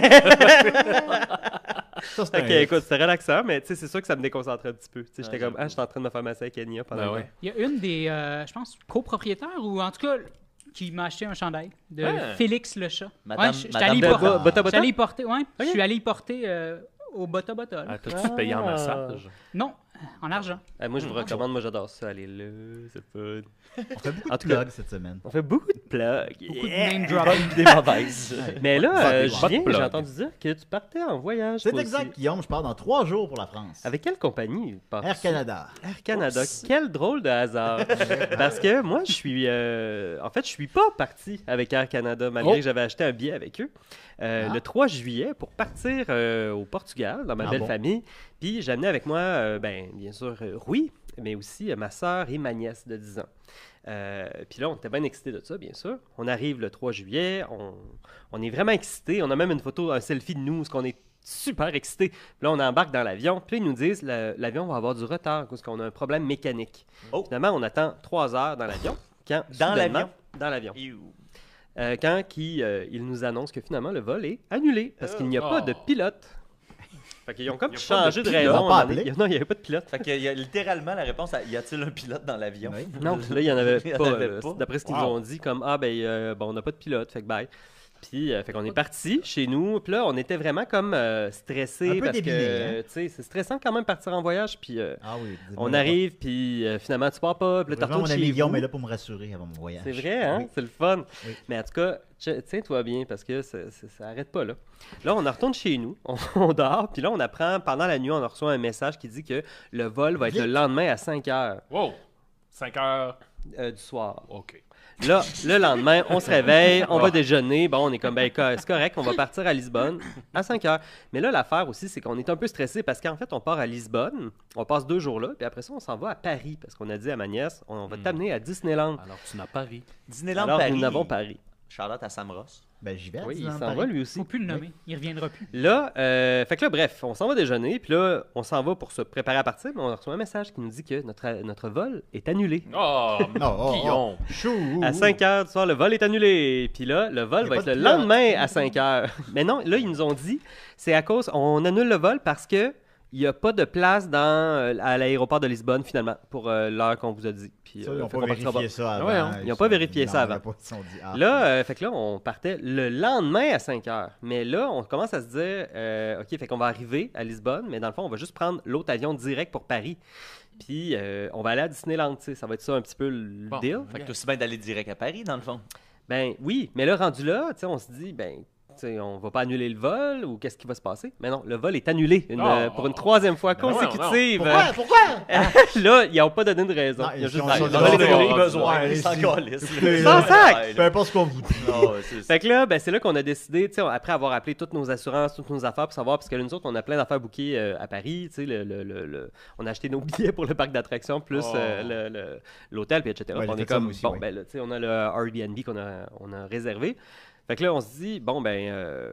Ça, c'est Ok, un hit. écoute, c'était relaxant, mais tu sais, c'est sûr que ça me déconcentrait un petit peu. Tu sais, j'étais Ouais, comme, ah, j'avoue. j'étais en train de me faire masser avec Enya pendant Ben une ouais. heure. Il y a une des, euh, je pense, copropriétaires, ou en tout cas, qui m'a acheté un chandail de Ah. Félix le chat. Madame- Ouais, je- j'étais Madame allé y de porter- Bo- Bota j'étais Bota? allé y porter, ouais, je Ok. suis allé y porter euh, au Bota Bota. là. Ah, t'as-tu payé en Ah. massage? Non, en argent. Ah, moi, je vous Hmm. recommande, moi, j'adore ça. Allez là, c'est fun. On fait beaucoup En de tout cas- plugs cette semaine. On fait beaucoup de plugs. Beaucoup Yeah. de name dropping. des mauvaises. Mais là, Pas euh, des Julien, plugs. j'ai entendu dire que tu partais en voyage. C'est toi exact, aussi. Guillaume, je pars dans trois jours pour la France. Avec quelle compagnie pars-tu? Air Canada. Air Canada. Oups. Quel drôle de hasard. Parce que moi, je suis. euh, En fait, je suis pas parti avec Air Canada, malgré Oh. que j'avais acheté un billet avec eux. euh, Ah. Le trois juillet pour partir euh, au Portugal, dans ma Ah belle bon? famille. Puis j'ai amené avec moi, euh, ben, bien sûr, euh, Rui, mais aussi euh, ma sœur et ma nièce de dix ans. Euh, puis là, on était bien excités de ça, bien sûr. On arrive le trois juillet, on, on est vraiment excités. On a même une photo, un selfie de nous, parce qu'on est super excités. Puis là, on embarque dans l'avion. Puis là, ils nous disent la- l'avion va avoir du retard parce qu'on a un problème mécanique. Oh. Finalement, on attend trois heures dans l'avion. Quand, Dans soudainement- l'avion? Dans l'avion. Iou. Euh, quand qui, euh, ils nous annoncent que finalement, le vol est annulé parce qu'il n'y a pas de Oh. pilote. Fait qu'ils ont comme Il y a pas de changé de, pilote. raison. Ils ont pas à un moment donné. appelé. Non, il n'y avait pas de pilote. Fait qu'il y a littéralement la réponse à y a-t-il un pilote dans l'avion? Oui. Non, là, il n'y en avait Il y en pas. avait euh, pas. D'après ce qu'ils Wow. nous ont dit, comme Ah, ben, euh, bon, on n'a pas de pilote, fait que bye. Puis, euh, fait qu'on est parti chez nous. Puis là, on était vraiment comme euh, stressés. Un peu parce débiné, que, hein? tu sais, c'est stressant quand même partir en voyage. Puis, euh, Ah oui. dis-moi on pas. arrive, puis euh, finalement, tu pars pas. Puis là, tu Heureusement, retournes mon ami chez Guillaume vous. est là pour me rassurer avant mon voyage. C'est vrai, hein? Oui. C'est le fun. Oui. Mais en tout cas, tch- tiens-toi bien parce que ça, ça, ça arrête pas là. Là, on en retourne chez nous, on, on dort, puis là, on apprend, pendant la nuit, on reçoit un message qui dit que le vol va être Vite. le lendemain à cinq heures Wow! cinq heures. euh, du soir. OK. Là, le lendemain, on se réveille, on va déjeuner. Bon, on est comme, ben, co- c'est correct, on va partir à Lisbonne à cinq heures. Mais là, l'affaire aussi, c'est qu'on est un peu stressé parce qu'en fait, on part à Lisbonne, on passe deux jours là, puis après ça, on s'en va à Paris parce qu'on a dit à ma nièce, on va Hmm. t'amener à Disneyland. Alors, tu n'as pas ri. Disneyland Alors, Paris. nous n'avons Paris. Charlotte à Sam Ross. Ben, j'y vais. à Oui, il Disneyland s'en Paris. va lui Il aussi. faut plus le nommer. Il reviendra plus. Là, euh, fait que là, bref, on s'en va déjeuner, puis là, on s'en va pour se préparer à partir, mais on reçoit un message qui nous dit que notre, notre vol est annulé. Oh, Oh, oh, Guillaume. Chou! À cinq heures du soir, le vol est annulé. Puis là, le vol Y a va pas être de le pilote. lendemain à cinq heures. Mais non, là, ils nous ont dit, c'est à cause, on annule le vol parce que il n'y a pas de place dans, euh, à l'aéroport de Lisbonne, finalement, pour euh, l'heure qu'on vous a dit. Puis, Ça, euh, ils n'ont fait pas qu'on partira vérifié ça avant. Ouais, hein. Ils ont pas vérifié ça Non, avant. ils ont pas- ils se sont dit, ah, Là, euh, fait que là, on partait le lendemain à cinq heures. Mais là, on commence à se dire, euh, OK, fait qu'on va arriver à Lisbonne, mais dans le fond, on va juste prendre l'autre avion direct pour Paris. Puis, euh, on va aller à Disneyland, tu sais. Ça va être ça un petit peu le Bon. deal. Fait que t'as aussi bien d'aller direct à Paris, dans le fond. Ben oui, mais là, rendu là, tu sais, on se dit, ben, tu sais, on va pas annuler le vol ou qu'est-ce qui va se passer? Mais non, le vol est annulé une, Oh. euh, pour une troisième fois Ben voyons consécutive. Pourquoi? Pourquoi? Là, ils n'ont pas donné de raison. Non, Il y a ils juste ont- dit, ils ont- le vol est ils ont- annulé. ils ont- besoin. Ouais, Ils s'en c'est- calissent. Écoutez, Sans là, sac! Peu importe ce qu'on vous dit. Non, c'est ça. Fait que là, ben, c'est là qu'on a décidé, tu sais, après avoir appelé toutes nos assurances, toutes nos affaires pour savoir, parce que là, nous autres, on a plein d'affaires bookées euh, à Paris, tu sais, le, le- le- le- on a acheté nos billets pour le parc d'attractions, plus Oh. euh, le- le- l'hôtel, puis et cetera. Ouais, Puis on j'ai est fait ça, comme, moi aussi, bon, oui. ben là, tu sais, on a le Airbnb qu'on a, on a réservé. Fait que là, on se dit, bon, ben, euh,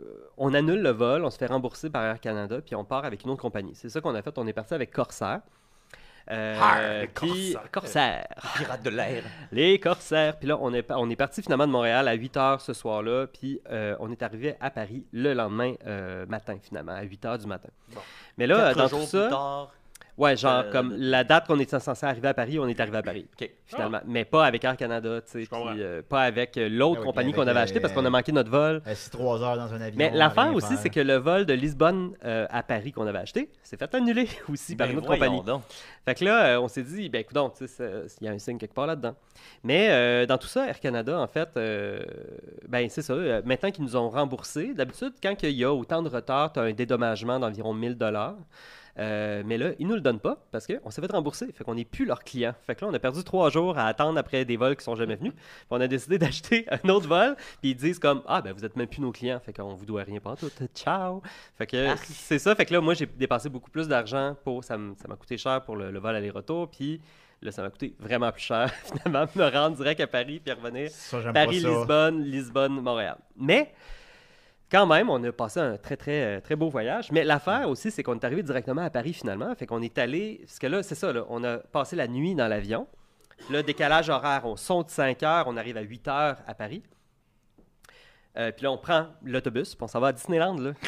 on annule le vol, on se fait rembourser par Air Canada, puis on part avec une autre compagnie. C'est ça qu'on a fait, on est parti avec Corsair. Euh, Ah, les puis- Corsair. Corsair. Pirates de l'air. Les Corsaires. Puis là, on est, on est parti finalement de Montréal à huit heures ce soir-là. Puis euh, on est arrivé à Paris le lendemain euh, matin, finalement, à huit heures du matin. Bon. Mais là, Quatre dans jours tout ça, plus tard. ouais, genre, euh, comme de- la date qu'on était censé arriver à Paris, on est arrivé à Paris, OK. finalement. Mais pas avec Air Canada, tu sais, Je comprends. puis, euh, pas avec euh, l'autre Ah oui, compagnie puis qu'on avec, avait acheté parce qu'on a euh, manqué notre vol. Assis trois heures dans un avion. Mais l'affaire rien aussi, faire. c'est que le vol de Lisbonne euh, à Paris qu'on avait acheté s'est fait annuler aussi par Ben une autre voyons compagnie. donc. Fait que là, euh, on s'est dit, ben écoute, tu sais, ça- il y a un signe quelque part là-dedans. Mais euh, dans tout ça, Air Canada, en fait, euh, ben c'est ça. euh, maintenant qu'ils nous ont remboursé, d'habitude, quand il y a autant de retard, tu as un dédommagement d'environ mille dollars. Euh, mais là, ils nous le donnent pas parce qu'on s'est fait rembourser. Fait qu'on n'est plus leur client. Fait que là, on a perdu trois jours à attendre après des vols qui sont jamais venus. Puis on a décidé d'acheter un autre vol. Puis ils disent comme, ah, ben vous êtes même plus nos clients. Fait qu'on vous doit rien pas tout. Ciao. Fait que c'est ça. Fait que là, moi, j'ai dépensé beaucoup plus d'argent pour. Ça m- ça m'a coûté cher pour le, le vol aller-retour. Puis là, ça m'a coûté vraiment plus cher, finalement, me rendre direct à Paris puis revenir. Ça, j'aime pas ça. Paris-Lisbonne, Lisbonne-Montréal. Mais. Quand même, on a passé un très, très, très beau voyage. Mais l'affaire aussi, c'est qu'on est arrivé directement à Paris finalement. Fait qu'on est allé. Parce que là, c'est ça, là, on a passé la nuit dans l'avion. Là, décalage horaire, on saute cinq heures, on arrive à huit heures à Paris. Euh, puis là, on prend l'autobus, puis on s'en va à Disneyland. Là.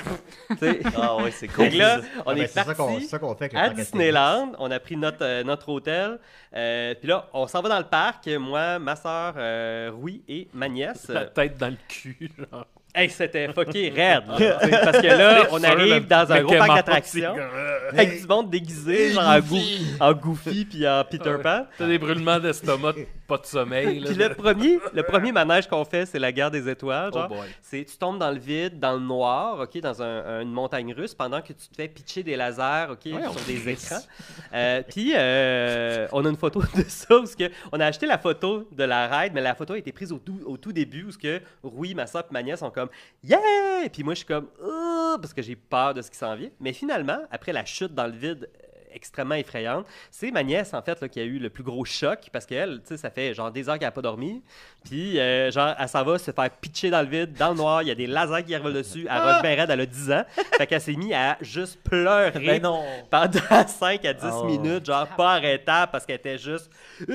Ah oui, c'est cool. Fait que là, on Ah, ben, est c'est ça qu'on- parti c'est ça qu'on fait avec le à parc Disneyland. On a pris notre, euh, notre hôtel. Euh, puis là, on s'en va dans le parc. Moi, ma soeur, euh, Rui et ma nièce. La tête dans le cul, genre. Hey, c'était fucké raide. Là, t'sais, parce que là, on arrive dans un gros parc d'attractions avec du monde déguisé, genre en, gou- en Goofy puis en Peter Pan. T'as des brûlements d'estomac, pas de sommeil. Là, Puis le premier, le premier manège qu'on fait, c'est la guerre des étoiles. Genre, Oh boy. c'est tu tombes dans le vide, dans le noir, ok, dans un- un- une montagne russe, pendant que tu te fais pitcher des lasers, ok, Ouais, on sur des crisse. écrans. Euh, puis euh, on a une photo de ça parce que on a acheté la photo de la ride, mais la photo a été prise au tout, au tout début où ce que Rui, ma soeur et ma nièce sont comme yeah, puis moi je suis comme oh, parce que j'ai peur de ce qui s'en vient. Mais finalement, après la chute dans le vide extrêmement effrayante. C'est ma nièce, en fait, là, qui a eu le plus gros choc parce qu'elle, tu sais, ça fait genre des heures qu'elle n'a pas dormi. Puis, euh, genre, elle s'en va se faire pitcher dans le vide, dans le noir. Il y a des lasers qui arrivent dessus. Elle roche bien raide, elle a dix ans. Fait qu'elle s'est mise à juste pleurer Ben non. pendant cinq à dix Oh. minutes, genre pas arrêtable parce qu'elle était juste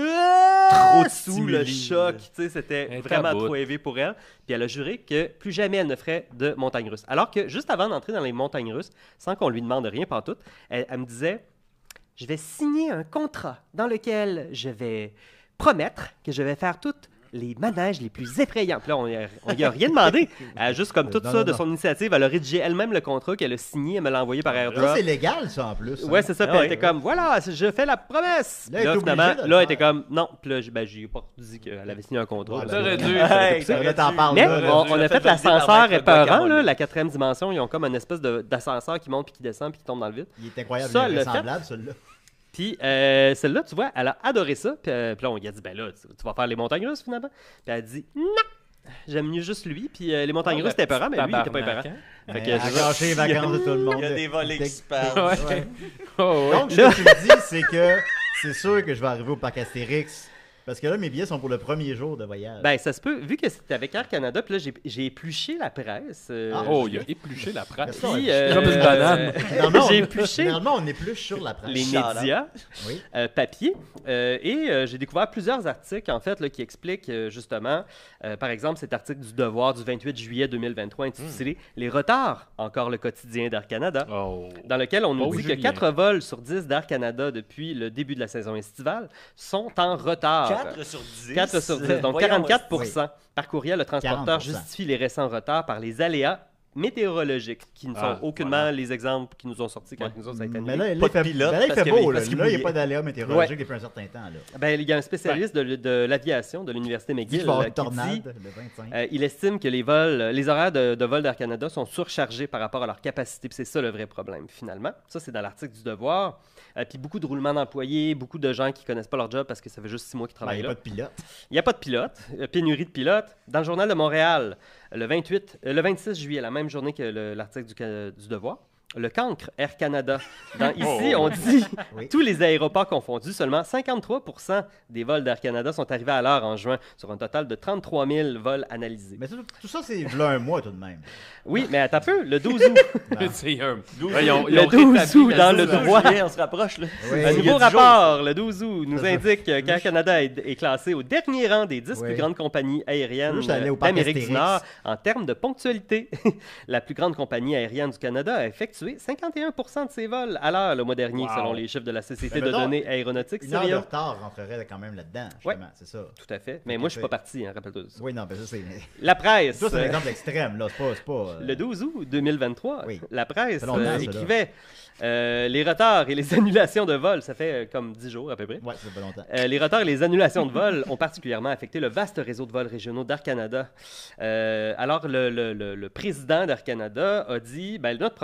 trop sous le stimuli. choc. Tu sais, c'était Elle était vraiment à bout. trop élevé pour elle. Puis elle a juré que plus jamais elle ne ferait de montagne russe. Alors que juste avant d'entrer dans les montagnes russes, sans qu'on lui demande rien pantoute, elle, elle me disait « Je vais signer un contrat dans lequel je vais promettre que je vais faire toutes les manèges les plus effrayants. » Puis là, on n'y a, a rien demandé. Elle a juste comme tout Non, ça non, de non. son initiative, elle a rédigé elle-même le contrat qu'elle a signé, elle me l'a envoyé par AirDrop. Ça, c'est légal, ça, en plus. hein. Ouais, c'est ça. Ah Puis elle ouais. était comme, voilà, je fais la promesse. Là, Là, elle est finalement, obligée de le là, elle faire. était comme, non. Puis là, j'ai ben, j'ai pas dit qu'elle avait signé un contrat. Ouais, Là, T'aurais ben, dû. Hey, Ça, là, t'en parles mais là, là. on, dû on le a fait fait valider par l'ascenseur Maître épeurant, Doc à là, Molly. la quatrième dimension. Ils ont comme une espèce de- d'ascenseur qui monte puis qui descend puis qui tombe dans le vide. Il est incroyable, Ça, il le est ressemblable, celui-là. Puis euh, celle-là, tu vois, elle a adoré ça. Puis, euh, puis là, on lui a dit, ben là, tu, tu vas faire les montagnes russes finalement. Puis elle a dit, non, j'aime mieux juste lui. Puis euh, les montagnes russes, c'était épeurant, mais lui, il était pas épeurant. Tabarnak, Fait que, Elle a c'est ça. gâché les vacances de tout le monde. Il y a des vols Fait- experts. hein? Ouais. Ouais. Oh, ouais. Donc, ce que tu me dis, c'est que c'est sûr que je vais arriver au parc Astérix. Parce que là, mes billets sont pour le premier jour de voyage. Ben, ça se peut, vu que c'était avec Air Canada, puis là, j'ai- j'ai épluché la presse. euh, Ah, Oh, il a épluché la presse. Merci. puis, euh, Comme une banane. Généralement, j'ai on- épluché Généralement, on épluche sur la presse. les Shout out. médias, Oui. euh, papier, euh, et euh, j'ai découvert plusieurs articles, en fait, là, qui expliquent euh, justement, euh, par exemple, cet article du Devoir du vingt-huit juillet deux mille vingt-trois intitulé Les retards, encore le quotidien d'Air Canada, Oh. dans lequel on nous Oh, dit Julien. que quatre vols sur dix d'Air Canada depuis le début de la saison estivale sont en retard. quatre sur dix. quatre sur dix, donc Voyons, quarante-quatre pour cent. Par courriel, le transporteur quarante pour cent. justifie les récents retards par les aléas météorologiques, qui ne sont Ah, aucunement voilà. les exemples qui nous ont sortis quand nous autres, ça a été Mais annulé. là, là, Pas il fait, de pilote ben là, il parce fait qu'il- beau. Là, parce qu'il Là, il n'y a mouillait. pas d'aléas météorologiques Ouais. depuis un certain temps. Là. Ben, il y a un spécialiste de, de l'aviation de l'Université Il McGill va y avoir là, une qui tornade dit le vingt-cinq. euh, il estime que les vols, les horaires de, de vol d'Air Canada sont surchargés par rapport à leur capacité. Puis c'est ça le vrai problème, finalement. Ça, c'est dans l'article du Devoir. Euh, puis beaucoup de roulements d'employés, beaucoup de gens qui connaissent pas leur job parce que ça fait juste six mois qu'ils Ben, travaillent il n'y a là. pas de pilote. Il n'y a pas de pilote, euh, pénurie de pilotes. Dans le Journal de Montréal, le, vingt-huit, euh, le vingt-six juillet, la même journée que le- l'article du, Ca- du Devoir, le cancre Air Canada. Dans- ici, on dit Oui. tous les aéroports confondus, seulement cinquante-trois pour cent des vols d'Air Canada sont arrivés à l'heure en juin, sur un total de trente-trois mille vols analysés. Mais tout, tout ça, c'est v'là un mois tout de même. Oui, mais attends un peu, le douze août, C'est un. douze Ouais, ils ont- ils le ont douze rétabli août, la dans le situation. droit. Juillet, on se rapproche, là. Oui. un Il y a nouveau dix jours, rapport, le douze août, nous Ça, ça. indique que qu'Air Canada est, est classé au dernier rang des dix Oui. plus grandes compagnies aériennes Juste aller au euh, parc d'Amérique du Astérix. Nord en termes de ponctualité. La plus grande compagnie aérienne du Canada a effectué cinquante et un pour cent de ses vols à l'heure le mois dernier, Wow. selon les chiffres de la Société Mais de mettons, données aéronautiques. Une heure de Sirium. retard rentrerait quand même là-dedans, Ouais. justement. C'est ça. Tout à fait. Mais Ok, moi, je suis fait- pas parti, hein, rappelle-toi de ça. Oui, non, mais ça, c'est. La presse. Ça, c'est un euh, exemple extrême, là. C'est pas. c'est pas euh, Le douze août deux mille vingt-trois, Oui. la presse Ça fait longtemps, euh, ça, là. écrivait euh, les retards et les annulations de vol, ça fait euh, comme dix jours à peu près. Ouais, ça fait pas longtemps. Euh, les retards et les annulations de vol ont particulièrement affecté le vaste réseau de vols régionaux d'Air Canada. Euh, alors, le, le- le- le président d'Air Canada a dit ben, notre problème, c'est une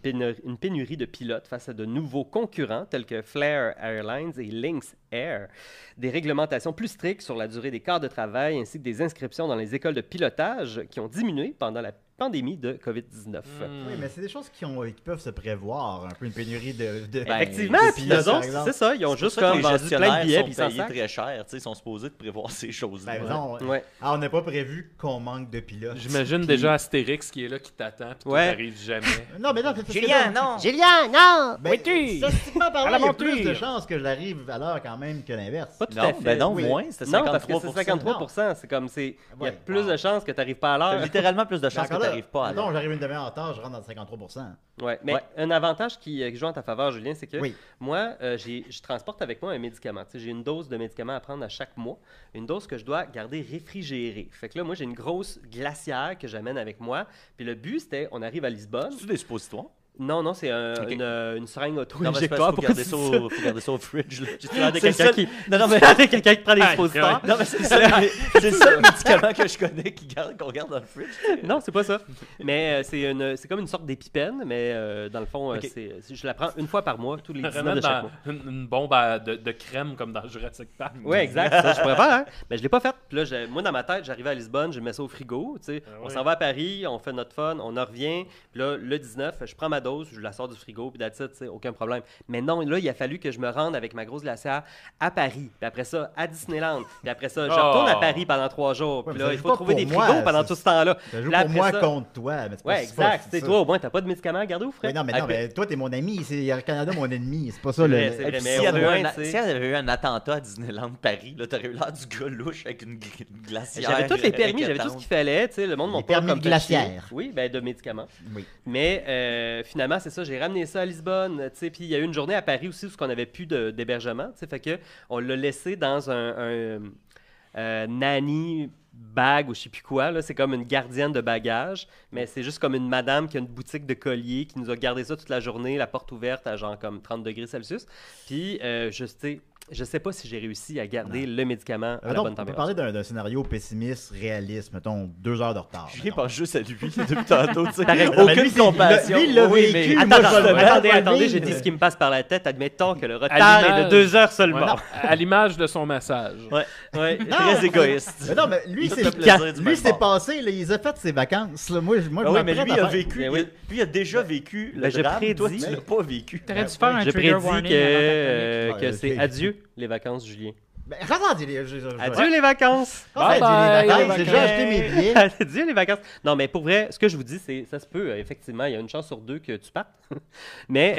pénurie, une pénurie de pilotes face à de nouveaux concurrents tels que Flair Airlines et Lynx Air, des réglementations plus strictes sur la durée des quarts de travail ainsi que des inscriptions dans les écoles de pilotage qui ont diminué pendant la pandémie de covid dix-neuf. Mmh. Oui, mais c'est des choses qui, ont, qui peuvent se prévoir, un peu une pénurie de, de ben, effectivement, de puis eux autres, c'est ça, ils ont juste comme vendu plein de billets puis ils s'en payés très cher, ils sont supposés de prévoir ces choses-là. Ben, non, ouais. Ah, on n'a pas prévu qu'on manque de pilotes. J'imagine puis... déjà Astérix qui est là, qui t'attend, puis ouais. tout n'arrive jamais. Non, mais non, Julien, non! Julien, non! Ben, statistiquement parlant, il y a plus de chances que je l'arrive à l'heure quand même que l'inverse. Pas tout non, à fait. Ben non, oui. moins, c'était cinquante-trois pour cent. Non, parce que c'est cinquante-trois pour cent, c'est comme, c'est... il y a Ouais, plus wow. de chances que tu n'arrives pas à l'heure. Littéralement plus de chances que tu n'arrives pas à l'heure. Non, j'arrive une demi-heure en retard, je rentre dans cinquante-trois pour cent. Ouais, mais ouais. un avantage qui, qui joue en ta faveur, Julien, c'est que oui. moi, euh, j'ai, je transporte avec moi un médicament. Tu sais, j'ai une dose de médicament à prendre à chaque mois, une dose que je dois garder réfrigérée. Fait que là, moi, j'ai une grosse glacière que j'amène avec moi. Puis le but, c'était, on arrive à Lisbonne. C'est-tu des suppositoires? Non, non, c'est un, okay. une, une seringue auto injectoire. Il faut garder ça au, faut garder ça au fridge. J'ai regardé quelqu'un qui... Non, non, mais quelqu'un qui prend des suppositoires. Non, mais c'est ça. C'est le seul médicament que je connais qui garde, qu'on garde dans le fridge. Non, c'est pas ça. Mais euh, c'est, une, c'est comme une sorte d'épipène, mais euh, dans le fond, okay. euh, c'est, je la prends une fois par mois, tous les dix-neuf de chaque mois. Une, une bombe à, de, de crème comme dans Jurassic Park. Oui, exact. Ça, je pourrais faire, hein? Mais je l'ai pas fait. Puis là, j'ai, moi, dans ma tête, j'arrivais à Lisbonne, je mets ça au frigo. Tu sais. Ah, on oui. s'en va à Paris, on fait notre fun, on en revient. Puis là, le dix-neuf, je prends ma dose, je la sors du frigo, puis that's it, tu sais, aucun problème. Mais non, là, il a fallu que je me rende avec ma grosse glacière à Paris, puis après ça, à Disneyland, puis après ça, je retourne oh. à Paris pendant trois jours, puis ouais, là, il faut trouver des moi, frigos pendant tout ce temps-là. Ça joue là, pour moi ça... contre toi. Mais c'est ouais, pas, exact. C'est toi, au moins, t'as pas de médicaments à garder au frais. Oui, non, mais non, mais toi, t'es mon ami, c'est Air Canada, mon ennemi, c'est pas ça le. S'il y avait eu un attentat à Disneyland Paris, là, t'aurais eu l'air du gars louche avec une glacière. J'avais tous les permis, j'avais tout ce qu'il fallait, tu sais, le monde m'ont pas comme glaciaire. Oui, ben de médicaments. Oui. Mais finalement, c'est ça, j'ai ramené ça à Lisbonne. Puis il y a eu une journée à Paris aussi où on n'avait plus de, d'hébergement. Fait que on l'a laissé dans un, un euh, nanny bag ou je sais plus quoi. Là. C'est comme une gardienne de bagages, mais c'est juste comme une madame qui a une boutique de colliers qui nous a gardé ça toute la journée, la porte ouverte à genre comme trente degrés Celsius. Puis euh, je sais... Je sais pas si j'ai réussi à garder non. le médicament à euh, la donc, bonne température. On peut parler d'un, d'un scénario pessimiste, réaliste, mettons deux heures de retard. Je pense juste à lui depuis tantôt. Aucune lui, compassion. Lui, il l'a oui, vécu. Attends, moi, attends, attendez, attendez, j'ai dit ce qui me passe par la tête. Admettons que le retard est de deux heures seulement. Ouais, à l'image de son massage. Ouais, ouais très égoïste. Mais non, mais lui, c'est, lui c'est passé, là, il a fait ses vacances. Là. Moi, moi, ah oui, mais lui, il a vécu. Lui, oui. il a déjà vécu le ben, drame. Prédis, toi, tu l'as pas vécu. T'aurais dû faire un je trigger warning. Je prédis que c'est adieu les vacances, Julien. Ben, comment dire les... je, je, Adieu les vacances! Bye bye, les vacances. J'ai déjà acheté mes billets. Adieu les vacances. Non, mais pour vrai, ce que je vous dis, c'est ça se peut, euh, effectivement, il y a une chance sur deux que tu partes. Mais.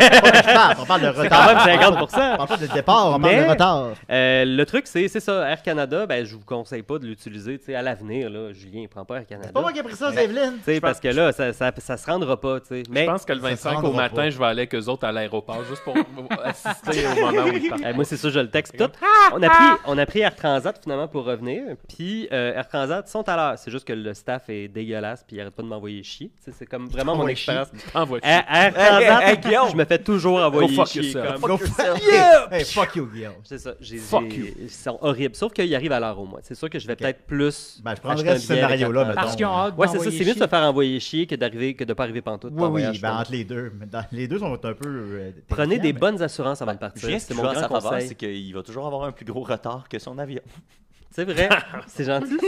on parle de retard. C'est quand même cinquante pour cent. On parle pas de départ, on mais, parle de retard. Euh, le truc, c'est, c'est ça, Air Canada, ben, je vous conseille pas de l'utiliser à l'avenir. Là, Julien, il prend pas Air Canada. C'est pas moi qui ai pris ça, c'est Evelyne. Parce que là, ça, ça, ça se rendra pas. T'sais. Mais je pense que le vingt-cinq au matin, pas. je vais aller avec eux autres à l'aéroport juste pour assister au moment où ils partent. Euh, moi, c'est ça, je le texte tout. On a pris, on a pris Air Transat finalement pour revenir. Puis euh, Air Transat sont à l'heure. C'est juste que le staff est dégueulasse puis il arrête pas de m'envoyer chier. T'sais, c'est comme vraiment mon expérience. Air, Air Transat, hey, hey, hey, je me fais toujours envoyer Go chier. Comme... Go fuck you! Hey, fuck you, Guillaume. C'est ça. J'ai, fuck j'ai... you. Ils sont horribles. Sauf qu'ils arrivent à l'heure au moins. C'est sûr que je vais okay. peut-être plus. Ben, je prendrais ce scénario-là. Parce qu'ils ont hâte ouais, c'est ça. C'est mieux de se faire envoyer chier que d'arriver, que de pas arriver pantoute. Oui, oui. Ben, entre les deux. Les deux sont un peu. Euh, Prenez des bonnes assurances avant de partir. Julien, c'est mon mon grand conseil. C'est qu'il va toujours avoir un plus gros retard que son avion. C'est vrai. C'est gentil,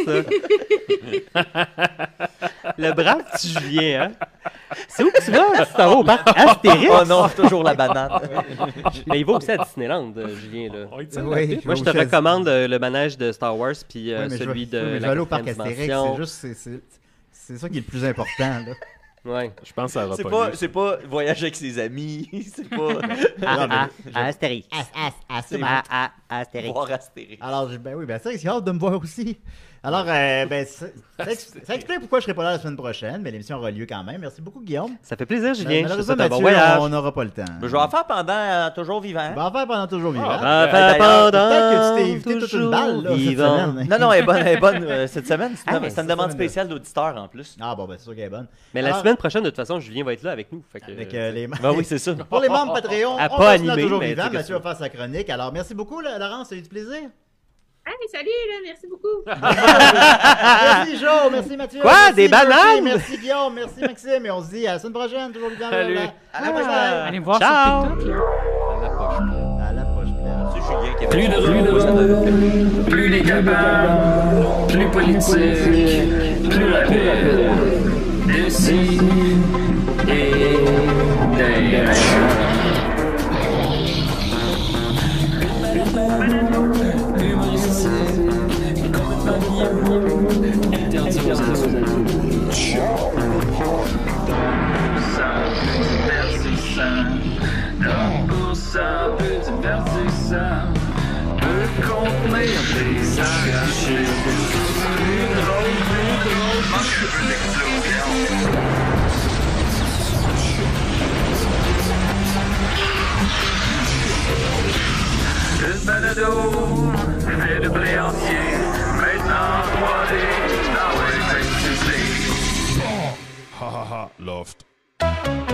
ça. Le brave petit Julien, hein? C'est où que tu vas? Tu t'en vas au parc Astérix? Oh non, toujours la banane. Mais il va aussi à Disneyland, Julien. Là. Oui, moi, je te recommande le, le manège de Star Wars puis euh, oui, celui je, de oui, la je vais au parc Astérix. C'est juste, c'est, c'est, c'est ça qui est le plus important, là. Ouais. Je pense que ça va c'est pas. pas c'est pas voyager avec ses amis, c'est pas ah, ah, ah, Astérix. Astérix. Voir Astérix. Alors ben oui, ben ça c'est hâte de me voir aussi. Alors euh, ben ça, ça, ça explique pourquoi je serai pas là la semaine prochaine, mais l'émission aura lieu quand même. Merci beaucoup Guillaume. Ça fait plaisir Julien. Malheureusement Mathieu, bon voyage. On n'aura pas le temps. Ben, je vais en faire pendant euh, toujours vivant. Je vais en faire pendant toujours vivant. Ah, ben, pendant peut-être que tu t'es évité toute une balle là, cette semaine. Non non, elle est bonne, elle est bonne euh, cette semaine. C'est une, ah, c'est une demande spéciale d'auditeur en plus. Ah bon ben c'est sûr qu'elle est bonne. Mais Alors, la semaine prochaine de toute façon Julien va être là avec nous. Fait que, avec euh, les ben oui c'est ça. Pour les membres Patreon, à on pas continue animé, toujours mais vivant. Mathieu va faire sa chronique. Alors merci beaucoup Laurence, ça a eu du plaisir. Hey, salut, là, merci beaucoup. Merci Jo, merci Mathieu. Quoi? Merci Des bananes? Murphy, merci Guillaume, merci Maxime. Et on se dit à la semaine prochaine. Toujours bien. Salut. À la prochaine. Allez me voir Ciao. sur TikTok. Là. À la prochaine. C'est Julien qui avait Plus de plus les capables, plus politique, plus rapide, d'ici et d'ailleurs. Ça peut divertissant, peut contenir des arrachés, plus drôle, plus drôle, manque un peu d'explosion. Une balado, fait de blé entier, maintenant trois D, dans les fais tu sais. Ha ha ha, Loft.